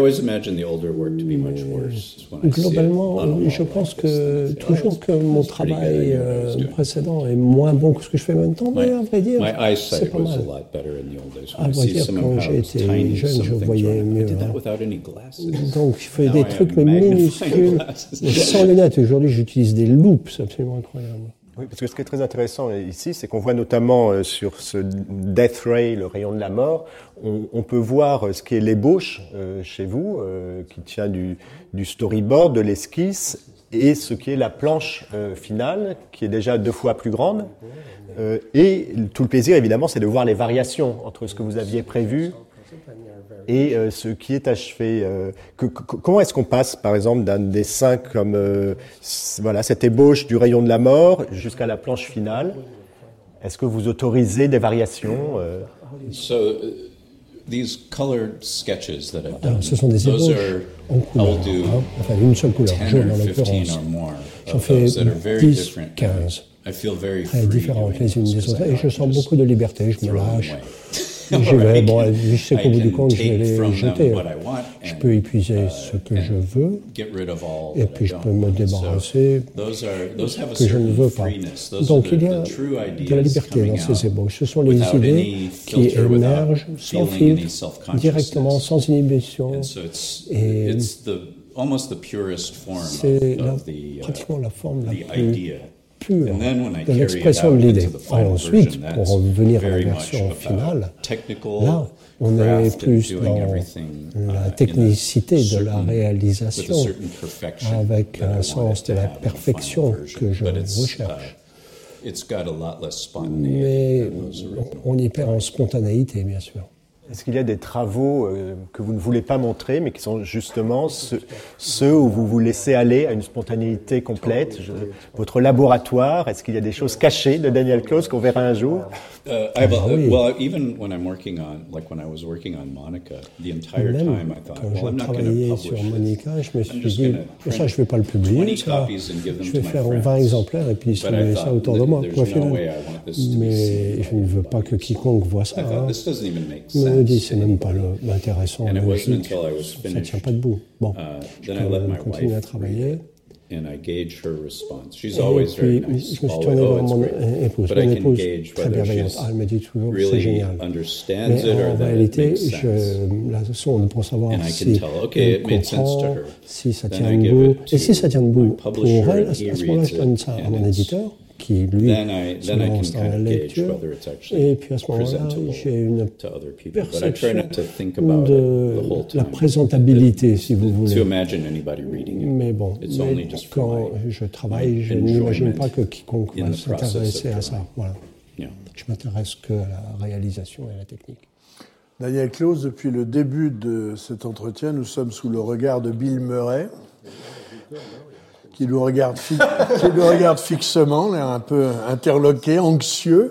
Globalement, je pense que toujours que mon travail euh, précédent est moins bon que ce que je fais maintenant, mais à vrai dire, c'est pas mal. À vrai dire, quand j'ai été jeune, je voyais mieux. Donc, je fais des trucs mais minuscules, sans lunettes. Aujourd'hui, j'utilise des loupes, c'est absolument incroyable. Oui, parce que ce qui est très intéressant ici, c'est qu'on voit notamment sur ce Death Ray, le rayon de la mort, on, on peut voir ce qui est l'ébauche euh, chez vous, euh, qui tient du, du storyboard, de l'esquisse, et ce qui est la planche euh, finale, qui est déjà deux fois plus grande. Euh, et tout le plaisir, évidemment, c'est de voir les variations entre ce que vous aviez prévu et euh, ce qui est achevé. Euh, que, que, comment est-ce qu'on passe, par exemple, d'un dessin comme euh, voilà, cette ébauche du rayon de la mort jusqu'à la planche finale? Est-ce que vous autorisez des variations euh... So, uh, these colored sketches that I've done, alors, ce sont des ébauches en couleur, hein, enfin une seule couleur, jaune en l'occurrence. J'en fais dix, quinze, très différentes les unes des autres, et je sens beaucoup de liberté, je me lâche. J'y vais, bon, je sais qu'au bout du compte, je vais les jeter. Je peux épuiser ce que je veux, et puis je peux me débarrasser de ce que je ne veux pas. Donc il y a de la liberté dans ces ébauches. Ce sont les idées qui émergent sans filtre, directement, sans inhibition. Et c'est la, pratiquement la forme la plus pure de l'expression de l'idée. Ensuite, pour revenir à la version finale, là, on est plus dans la technicité de la réalisation, avec un sens de la perfection que je recherche. Mais on y perd en spontanéité, bien sûr. Est-ce qu'il y a des travaux euh, que vous ne voulez pas montrer, mais qui sont justement ceux, ceux où vous vous laissez aller à une spontanéité complète? Je, votre laboratoire, est-ce qu'il y a des choses cachées de Daniel Clowes qu'on verra un jour? Uh, I have a, oui. Well, even when I'm working on, like when I was working on Monica, the entire Même time I thought, well, I'm not going to publish sur Monica, je me suis dit, ça, je ne vais pas le publier, ça, je vais faire vingt exemplaires et puis distribuer ça autour de moi. Quoi, no mais je ne veux pas que quiconque voit ça. Hein. Me dit, c'est même pas intéressant, logique, ça ne tient pas debout. Bon, je peux continuer à travailler. And I gauge her response. She's et always puis, very nice. Je me suis tourné vers mon épouse. Mon épouse, très bienveillante. Elle me dit toujours que c'est génial. Mais en réalité, je la sonde pour savoir si elle comprend, si ça tient debout. Et si ça tient debout pour elle, à ce moment-là, je donne ça à mon éditeur, qui, lui, se lance dans la lecture. Et puis, à ce moment-là, j'ai une perception de la présentabilité, si vous voulez. Mais bon, mais quand je travaille, je n'imagine pas que quiconque va s'intéresser à ça. Voilà. Je m'intéresse qu'à la réalisation et à la technique. Daniel Clowes, depuis le début de cet entretien, nous sommes sous le regard de Bill Murray, qui nous regarde, fi- qui nous regarde fixement, là, un peu interloqué, anxieux.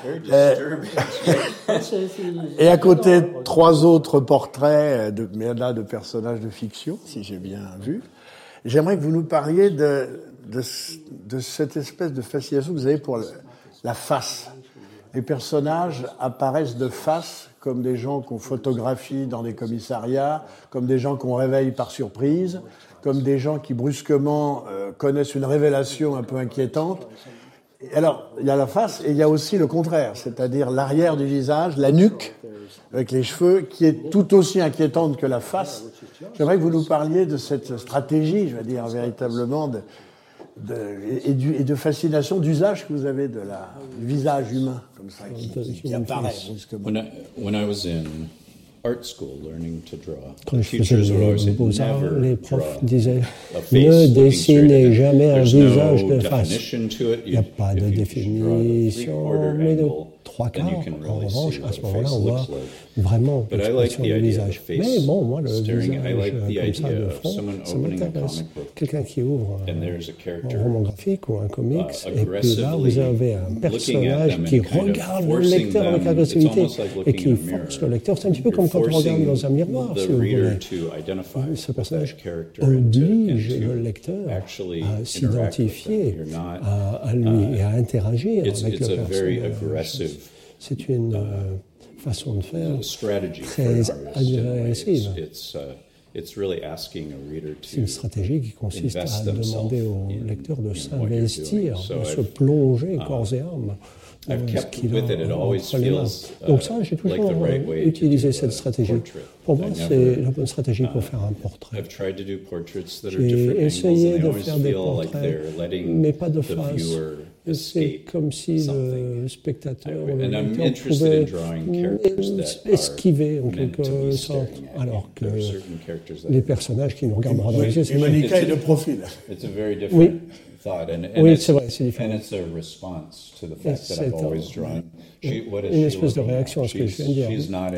Et, et à côté, trois autres portraits, de, mais là, de personnages de fiction, si j'ai bien vu. J'aimerais que vous nous parliez de, de, de cette espèce de fascination que vous avez pour le, la face. Les personnages apparaissent de face comme des gens qu'on photographie dans des commissariats, comme des gens qu'on réveille par surprise, comme des gens qui brusquement euh, connaissent une révélation un peu inquiétante. Alors, il y a la face et il y a aussi le contraire, c'est-à-dire l'arrière du visage, la nuque, avec les cheveux, qui est tout aussi inquiétante que la face. J'aimerais que vous nous parliez de cette stratégie, je veux dire, véritablement, de, de, et, du, et de fascination, d'usage que vous avez de la, du visage humain, comme ça, qui, qui, qui apparaît brusquement. When I, when I was in art school learning to draw, quand je faisais les beaux-arts, les profs disaient ne dessinez jamais un visage de face. Il n'y a pas de définition, mais de trois quarts. En revanche, à ce moment-là, on voit vraiment l'expression du visage. Mais bon, moi, le visage comme ça de front, ça m'intéresse. Quelqu'un qui ouvre un roman graphique ou un comics, et puis là, vous avez un personnage qui regarde le lecteur avec agressivité et qui force le lecteur. C'est un petit peu comme quand on regarde dans un miroir, si vous voulez. Ce personnage oblige le lecteur à s'identifier à, à lui et à interagir avec le personnage. C'est une euh, façon de faire très agressive. C'est une stratégie qui consiste à demander au lecteur de s'investir, de se plonger corps et âme. Euh, ce qu'il a entre les mains. Donc ça, j'ai toujours uh, utilisé cette stratégie. Pour moi, c'est la bonne stratégie pour faire un portrait. J'ai essayé de faire des portraits, mais pas de face. C'est comme si le spectateur, le lecteur pouvait esquiver en quelque sorte, alors que les personnages qui nous regardent dans les yeux, c'est Monica est de profil. Oui. Oui, c'est vrai, c'est différent. C'est une espèce de réaction à ce que je viens de dire.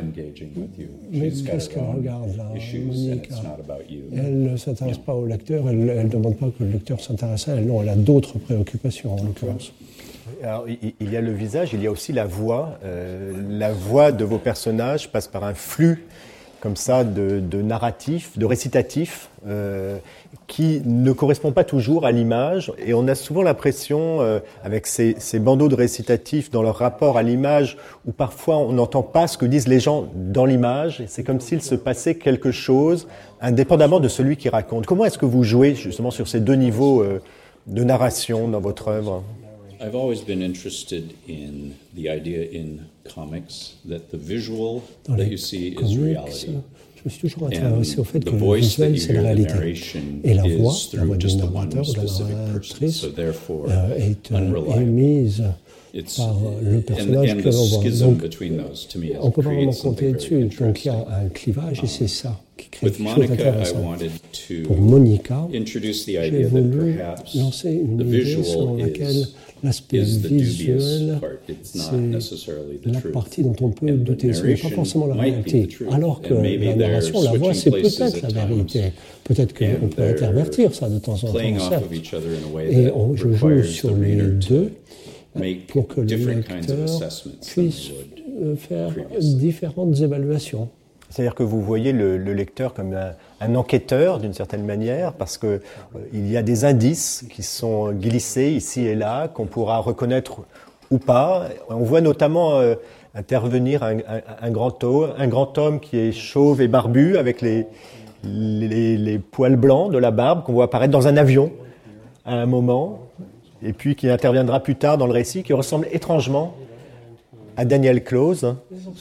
Mais qu'est-ce qu'elle regarde là, Monica? Elle ne s'intéresse pas au lecteur, elle ne demande pas que le lecteur s'intéresse à elle, non, elle a d'autres préoccupations en l'occurrence. Alors, il y a le visage, il y a aussi la voix. Euh, la voix de vos personnages passe par un flux comme ça de, de narratif, de récitatif, euh, qui ne correspond pas toujours à l'image. Et on a souvent l'impression, euh, avec ces, ces bandeaux de récitatifs dans leur rapport à l'image, où parfois on n'entend pas ce que disent les gens dans l'image. C'est comme s'il se passait quelque chose, indépendamment de celui qui raconte. Comment est-ce que vous jouez justement sur ces deux niveaux euh, de narration dans votre œuvre? I've always been interested in the idea in comics that the visual that you see is reality. Je me suis toujours intéressé au fait que le visuel, c'est la réalité. Et la voix, la voix du narrateur ou de la narratrice, euh, est euh, émise par le personnage que l'on voit. Donc, on peut pas vraiment compter dessus. Donc, il y a un clivage et c'est ça qui crée quelque chose d'intéressant. Pour Monica, j'ai voulu lancer une idée selon laquelle l'aspect visuel, c'est la partie dont on peut douter. Ce n'est pas forcément la réalité. Alors que la narration, la voix, c'est peut-être la vérité. Peut-être qu'on peut intervertir ça de temps en temps, certes. Et on, je joue sur les deux pour que le lecteur puisse faire différentes évaluations. C'est-à-dire que vous voyez le, le lecteur comme un, un enquêteur d'une certaine manière, parce que euh, il y a des indices qui sont glissés ici et là, qu'on pourra reconnaître ou pas. On voit notamment euh, intervenir un, un, un, grand homme, un grand homme qui est chauve et barbu, avec les, les, les poils blancs de la barbe, qu'on voit apparaître dans un avion à un moment, et puis qui interviendra plus tard dans le récit, qui ressemble étrangement à Daniel Clowes.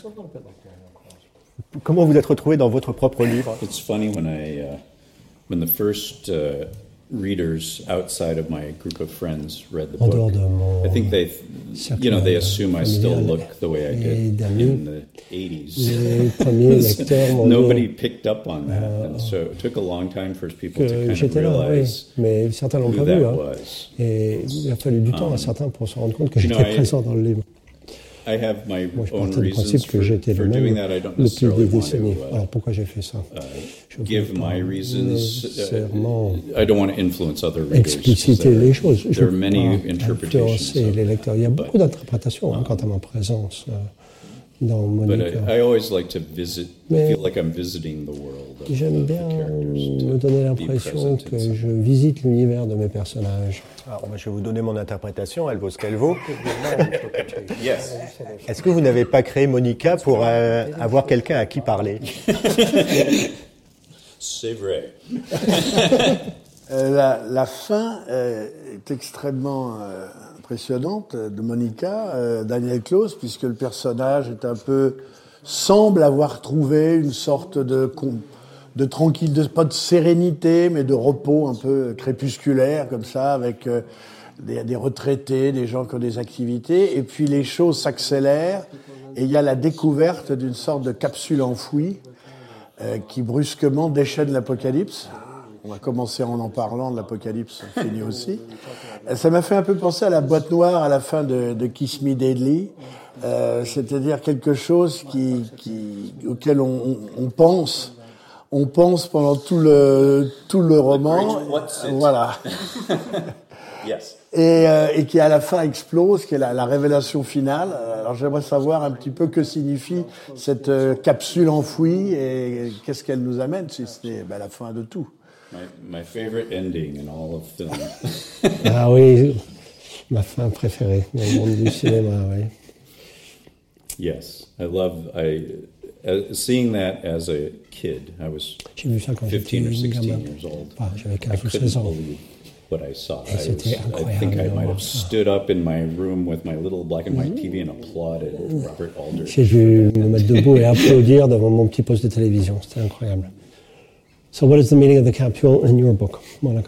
Comment vous êtes retrouvé dans votre propre livre? It's funny when I, uh, when the first uh, readers outside of my group of friends read the book, I think they, you know, they assume I still look the way I did in the eighties. Nobody picked up on that, and so it took a long time for people to kind of realize mais certains l'ont pas vu, hein. Et il a fallu du temps à certains pour se rendre compte que j'étais présent dans le livre. I have my Moi, je own partais du principe que j'étais le même depuis des décennies. Alors pourquoi j'ai fait ça? Je ne veux pas nécessairement expliciter les choses. Je ne veux pas influencer les lecteurs. Il y a beaucoup d'interprétations hein, quant à ma présence dans Monica. Mais j'aime bien me donner l'impression que je visite l'univers de mes personnages. Alors, moi, je vais vous donner mon interprétation, elle vaut ce qu'elle vaut. Est-ce que vous n'avez pas créé Monica pour euh, avoir quelqu'un à qui parler? C'est vrai. euh, la, la fin euh, est extrêmement euh, impressionnante de Monica, euh, Daniel Clowes, puisque le personnage est un peu semble avoir trouvé une sorte de de tranquille, de, pas de sérénité, mais de repos un peu crépusculaire, comme ça, avec euh, des, des retraités, des gens qui ont des activités. Et puis les choses s'accélèrent et il y a la découverte d'une sorte de capsule enfouie euh, qui brusquement déchaîne l'apocalypse. On va commencer en en parlant de l'apocalypse, on finit aussi. Ça m'a fait un peu penser à la boîte noire à la fin de, de Kiss Me Deadly, euh, c'est-à-dire quelque chose qui, qui, auquel on, on, on pense... On pense pendant tout le tout le roman, voilà, yes. et, euh, et qui à la fin explose, qui est la, la révélation finale. Alors j'aimerais savoir un petit peu que signifie cette euh, capsule enfouie et qu'est-ce qu'elle nous amène, si c'est ben, la fin de tout. My, my favorite ending in all of film. Ah oui, ma fin préférée dans le monde du cinéma, oui. Yes, I love I uh, seeing that as a kid. I was fifteen or sixteen years old. Enfin, j'avais quinze I ou seize ans. What I saw. Et c'était I, was, incroyable. I think I might have stood up in my room with my little black and white T V and applauded Robert Aldrich. J'ai dû me mettre debout et applaudir devant mon petit poste de télévision. C'était incroyable. So what is the meaning of the capsule in your book, Monica?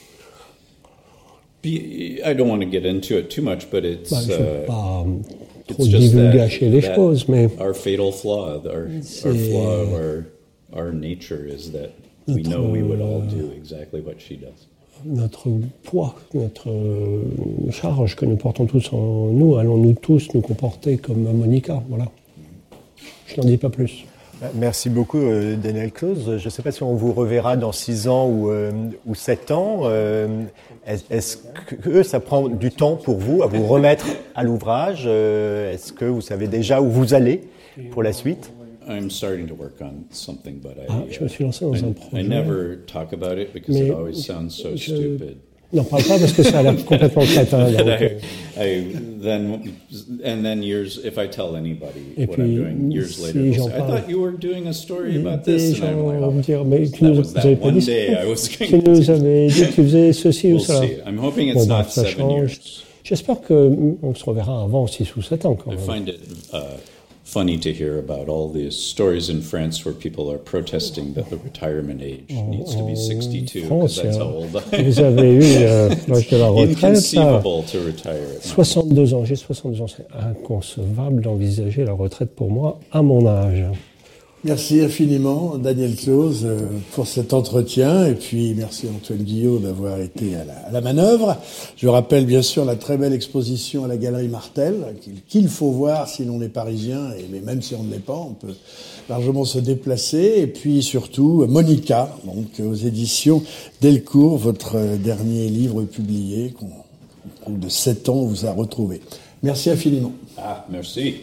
I don't want to get into it too much, but it's bah, je uh, pas trop divulgacher les choses, mais our fatal flaw, our, our flaw of our, our nature is that we know we would all do exactly what she does. Notre poids, notre charge que nous portons tous en nous, allons-nous tous nous comporter comme Monica, voilà. Je n'en dis pas plus. Merci beaucoup, euh, Daniel Close. Je ne sais pas si on vous reverra dans six ans ou, euh, ou sept ans. Euh, est-ce que ça prend du temps pour vous à vous remettre à l'ouvrage? euh, Est-ce que vous savez déjà où vous allez pour la suite? I'm starting to work on something, but I, ah, je me suis lancé dans I, un projet. I never talk about it because Mais it always sounds so je... stupid. Non, parle pas parce que ça a l'air complètement crétin. I, I, then, and then years, if I tell anybody Et what puis, I'm doing, years si later, they'll j'en say, I parle, thought you were doing a story et about des this. gens And I'm like, vont me oh, dire, mais tu that nous, was vous that avez pas one dit day ça. I was Tu going nous to... avais dit que tu faisais ceci We'll ou cela. see. I'm hoping it's Bon, bah, not ça seven change. years. J'espère qu'on se reverra avant six ou sept ans quand I même. find it uh, funny to hear about all these stories in France where people are protesting that the retirement age needs to be sixty-two because that's how old I am. Vous avez eu euh, l'âge de la retraite. Inconceivable to retire. soixante-deux ans, j'ai soixante-deux ans, c'est inconcevable d'envisager la retraite pour moi à mon âge. Merci infiniment, Daniel Close, pour cet entretien. Et puis, merci Antoine Guillot d'avoir été à la, à la manœuvre. Je rappelle bien sûr la très belle exposition à la Galerie Martel, qu'il, qu'il faut voir si l'on est parisien, et, mais même si on ne l'est pas, on peut largement se déplacer. Et puis surtout, Monica, donc aux éditions Delcourt, votre dernier livre publié, qu'on, au cours de sept ans, vous a retrouvé. Merci infiniment. Ah, merci.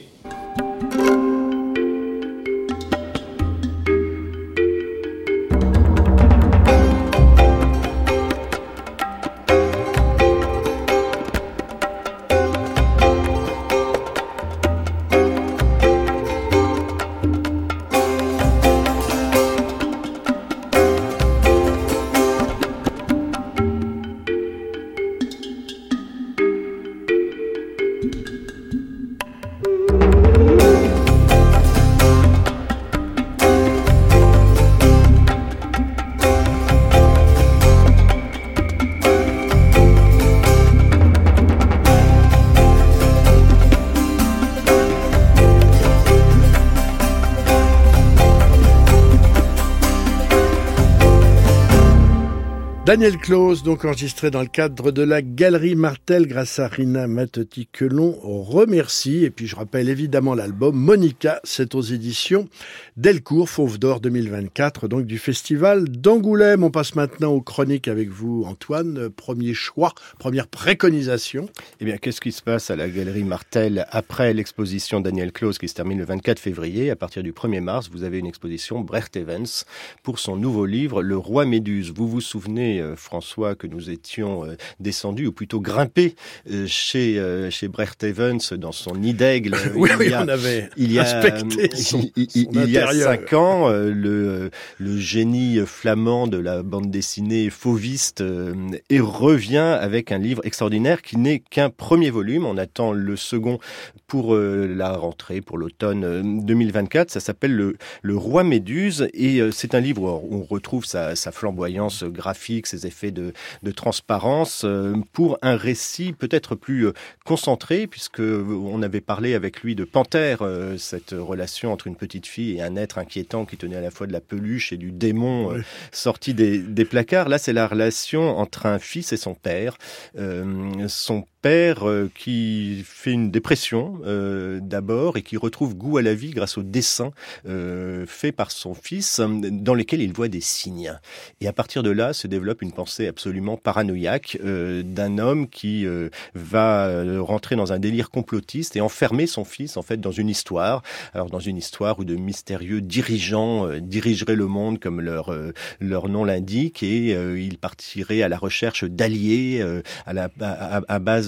Daniel Close, donc enregistré dans le cadre de la Galerie Martel grâce à Rina Matoti que l'on remercie. Et puis je rappelle évidemment l'album Monica, c'est aux éditions Delcourt, Fauve d'Or deux mille vingt-quatre, donc du Festival d'Angoulême. On passe maintenant aux chroniques avec vous, Antoine. Premier choix, première préconisation. Eh bien, qu'est-ce qui se passe à la Galerie Martel après l'exposition Daniel Close qui se termine le vingt-quatre février? À partir du premier mars, vous avez une exposition Bret Evans pour son nouveau livre Le Roi Méduse. Vous vous souvenez, François, que nous étions euh, descendus, ou plutôt grimpés euh, chez, euh, chez Bret Evans dans son nid d'aigle. Oui, oui, a, on avait il y a, inspecté son, il, son il, il y a cinq ans, euh, le, le génie flamand de la bande dessinée fauviste euh, et revient avec un livre extraordinaire qui n'est qu'un premier volume. On attend le second pour euh, la rentrée, pour l'automne euh, deux mille vingt-quatre. Ça s'appelle le, le Roi Méduse et euh, c'est un livre où on retrouve sa, sa flamboyance graphique, ses effets de, de transparence euh, pour un récit peut-être plus euh, concentré, puisque on avait parlé avec lui de Panthère, euh, cette relation entre une petite fille et un être inquiétant qui tenait à la fois de la peluche et du démon euh, oui. sorti des, des placards. Là, c'est la relation entre un fils et son père. Euh, son père euh, qui fait une dépression euh, d'abord et qui retrouve goût à la vie grâce au dessin euh, fait par son fils dans lesquels il voit des signes. Et à partir de là se développe une pensée absolument paranoïaque euh, d'un homme qui euh, va euh, rentrer dans un délire complotiste et enfermer son fils en fait dans une histoire. Alors dans une histoire où de mystérieux dirigeants euh, dirigeraient le monde comme leur euh, leur nom l'indique et euh, ils partiraient à la recherche d'alliés euh, à la à, à base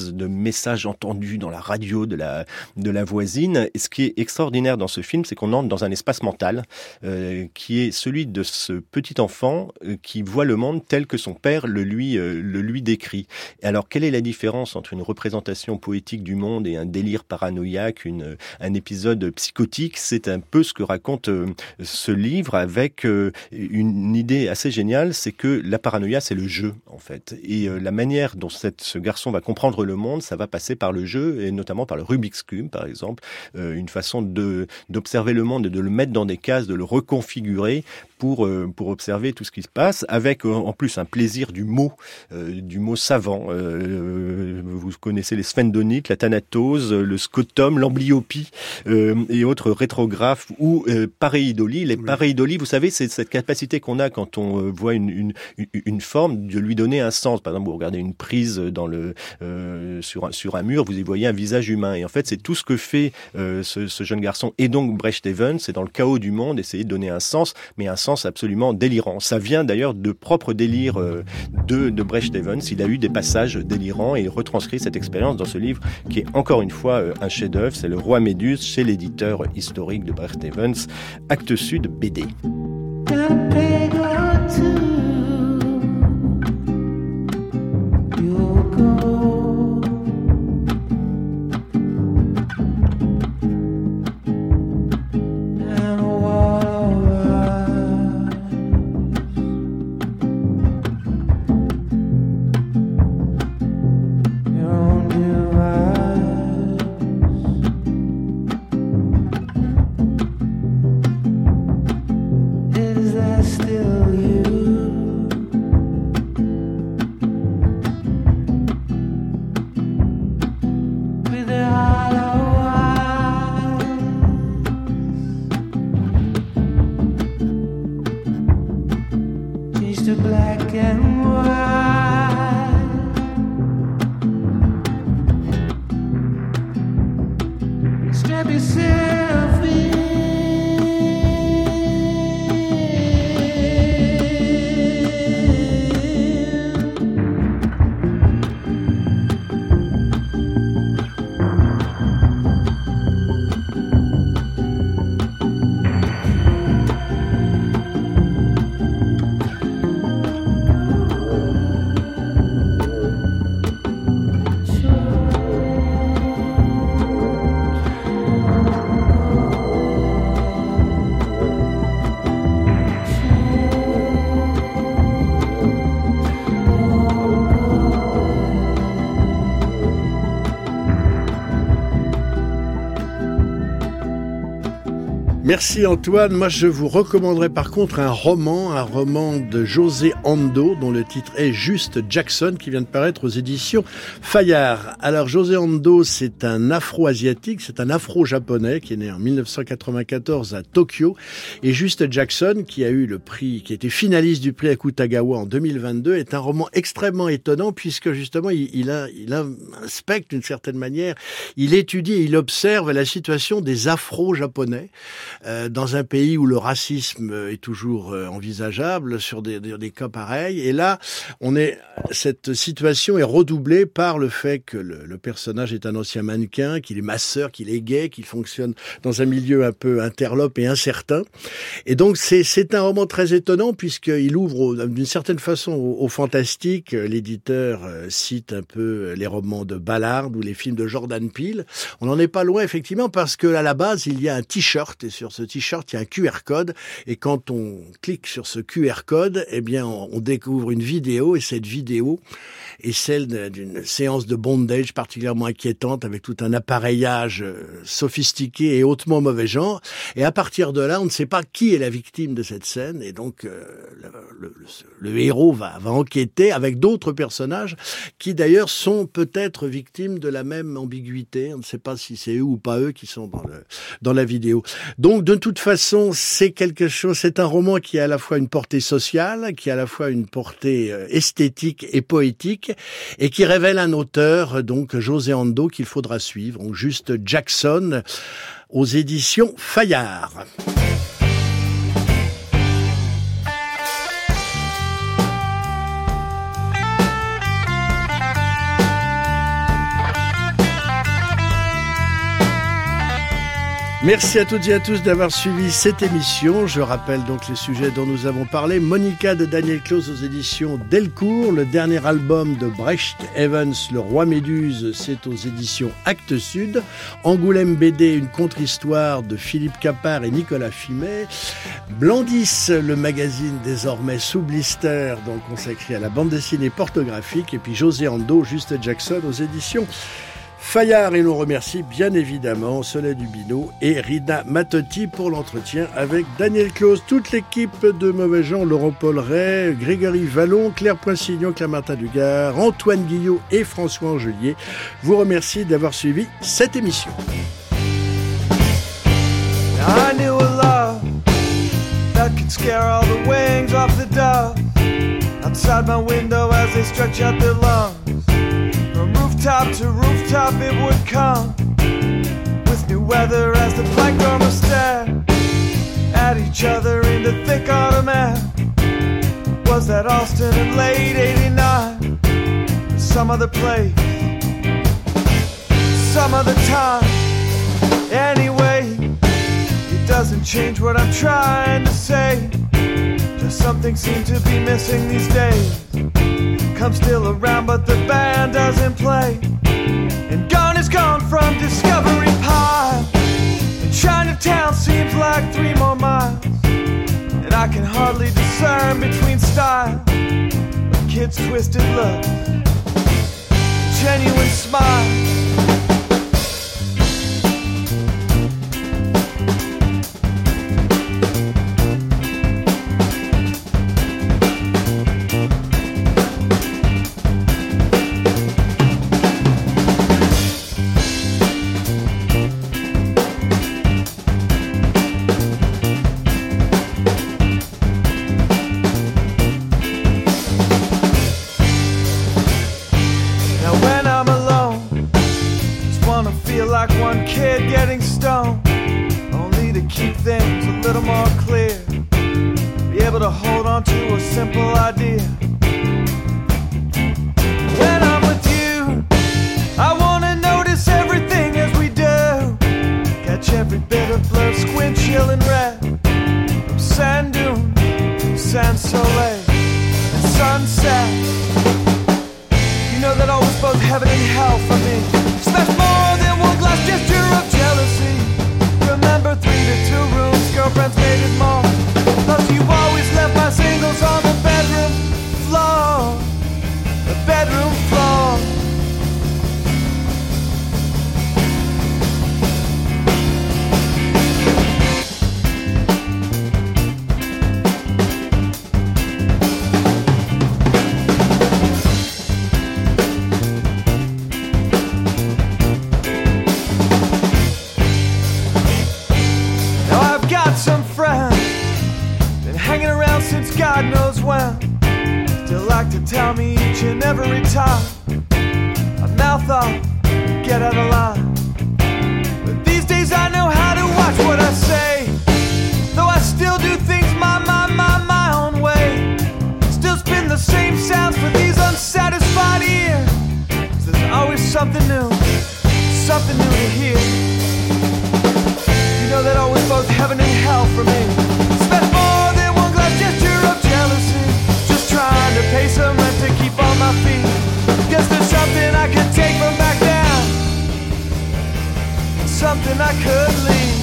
espèce de message entendu dans la radio de la, de la voisine. Et ce qui est extraordinaire dans ce film, c'est qu'on entre dans un espace mental euh, qui est celui de ce petit enfant euh, qui voit le monde tel que son père le lui, euh, le lui décrit. Et alors, quelle est la différence entre une représentation poétique du monde et un délire paranoïaque, une, un épisode psychotique? C'est un peu ce que raconte euh, ce livre avec euh, une idée assez géniale, c'est que la paranoïa, c'est le jeu, en fait. Et euh, la manière dont cette, ce garçon va comprendre le monde, ça va passer par le jeu, et notamment par le Rubik's Cube, par exemple, euh, une façon de, d'observer le monde et de le mettre dans des cases, de le reconfigurer pour, euh, pour observer tout ce qui se passe, avec euh, en plus un plaisir du mot, euh, du mot savant. Euh, vous connaissez les sphendonites, la thanatose, le scotum, l'amblyopie euh, et autres rétrographes ou euh, pareidolie. Les oui. pareidolie, vous savez, c'est cette capacité qu'on a quand on euh, voit une, une, une forme, de lui donner un sens. Par exemple, vous regardez une prise dans le, euh, sur, un, sur un mur, vous y voyez un visage humain. Et en fait, c'est tout ce que fait euh, ce, ce jeune garçon. Et donc, Brecht Evans, c'est dans le chaos du monde, essayer de donner un sens, mais un sens absolument délirant. Ça vient d'ailleurs de propres délires euh, de, de Brecht Evans. Il a eu des passages délirants et il retranscrit cette expérience dans ce livre qui est encore une fois euh, un chef-d'œuvre. C'est Le Roi Méduse chez l'éditeur historique de Brecht Evans, Actes Sud B D. Merci Antoine. Moi, je vous recommanderais par contre un roman, un roman de José Ando, dont le titre est Juste Jackson, qui vient de paraître aux éditions Fayard. Alors, José Ando, c'est un afro-asiatique, c'est un afro-japonais qui est né en dix-neuf cent quatre-vingt-quatorze à Tokyo. Et Juste Jackson, qui a eu le prix, qui a été finaliste du prix Akutagawa en deux mille vingt-deux, est un roman extrêmement étonnant puisque justement, il, il, a, il inspecte d'une certaine manière, il étudie et il observe la situation des afro-japonais. Euh, dans un pays où le racisme est toujours euh, envisageable sur des, des, des cas pareils. Et là, on est, cette situation est redoublée par le fait que le, le personnage est un ancien mannequin, qu'il est masseur, qu'il est gay, qu'il fonctionne dans un milieu un peu interlope et incertain. Et donc, c'est, c'est un roman très étonnant puisqu'il ouvre au, d'une certaine façon au, au fantastique. L'éditeur euh, cite un peu les romans de Ballard ou les films de Jordan Peele. On n'en est pas loin, effectivement, parce que à la base, il y a un t-shirt et sur ce t-shirt, il y a un Q R code et quand on clique sur ce Q R code, eh bien, on, on découvre une vidéo et cette vidéo est celle d'une séance de bondage particulièrement inquiétante avec tout un appareillage sophistiqué et hautement mauvais genre. Et à partir de là, on ne sait pas qui est la victime de cette scène et donc euh, le, le, le héros va, va enquêter avec d'autres personnages qui d'ailleurs sont peut-être victimes de la même ambiguïté. On ne sait pas si c'est eux ou pas eux qui sont dans, le, dans la vidéo. Donc de toute façon, c'est quelque chose, c'est un roman qui a à la fois une portée sociale, qui a à la fois une portée esthétique et poétique, et qui révèle un auteur, donc José Ando, qu'il faudra suivre, donc Juste Jackson, aux éditions Fayard. Merci à toutes et à tous d'avoir suivi cette émission. Je rappelle donc les sujets dont nous avons parlé. Monica de Daniel Close aux éditions Delcourt. Le dernier album de Brecht Evans, Le Roi Méduse, c'est aux éditions Actes Sud. Angoulême B D, une contre-histoire de Philippe Capard et Nicolas Fimet. Blandis, le magazine désormais sous blister, donc consacré à la bande dessinée pornographique. Et puis José Ando, Juste Jackson aux éditions Fayard, et l'on remercie bien évidemment Soleil Dubino et Rina Matotti pour l'entretien avec Daniel Close. Toute l'équipe de Mauvais Gens, Laurent Polleret, Grégory Vallon, Claire Poinsignon, Claire Martin Dugard, Antoine Guillot et François Angelier vous remercie d'avoir suivi cette émission. I knew a love that could scare all the wings off the dove outside my window as they stretch out their lungs. From rooftop to rooftop it would come, with new weather as the blank drummers stare at each other in the thick autumn air. Was that Austin in late eighty-nine? Some other place, some other time. Anyway, it doesn't change what I'm trying to say. Just something seems to be missing these days. Come still around but the band doesn't play. And gone is gone from Discovery Pile. And Chinatown seems like three more miles. And I can hardly discern between style of kids' twisted looks, genuine smiles. Kid getting stoned, only to keep things a little more clear, be able to hold on to a simple idea. When I'm with you, I wanna notice everything as we do, catch every bit of blur, squint, chill and red, from sand dune, sand soleil, and sunset. You know that always both heaven and hell for me. Expect more than one glass gesture of jealousy. Remember three to two rooms, girlfriends made it more. Plus you always left my singles on the bedroom floor. The bedroom floor. God knows when, still like to tell me each and every time I mouth off, get out of line. But these days I know how to watch what I say, though I still do things my, my, my, my own way. Still spin the same sounds for these unsatisfied ears. There's always something new, something new to hear. You know that always both heaven and hell for me. Spent more than one glass gesture of jealousy, just trying to pay some rent to keep on my feet. Guess there's something I could take from back down, something I could leave.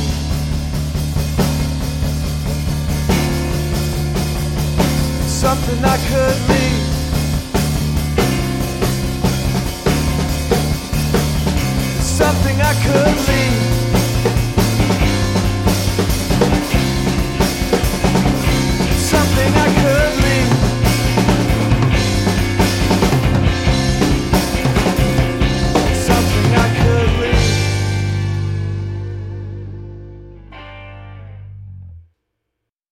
Something I could leave. Something I could leave.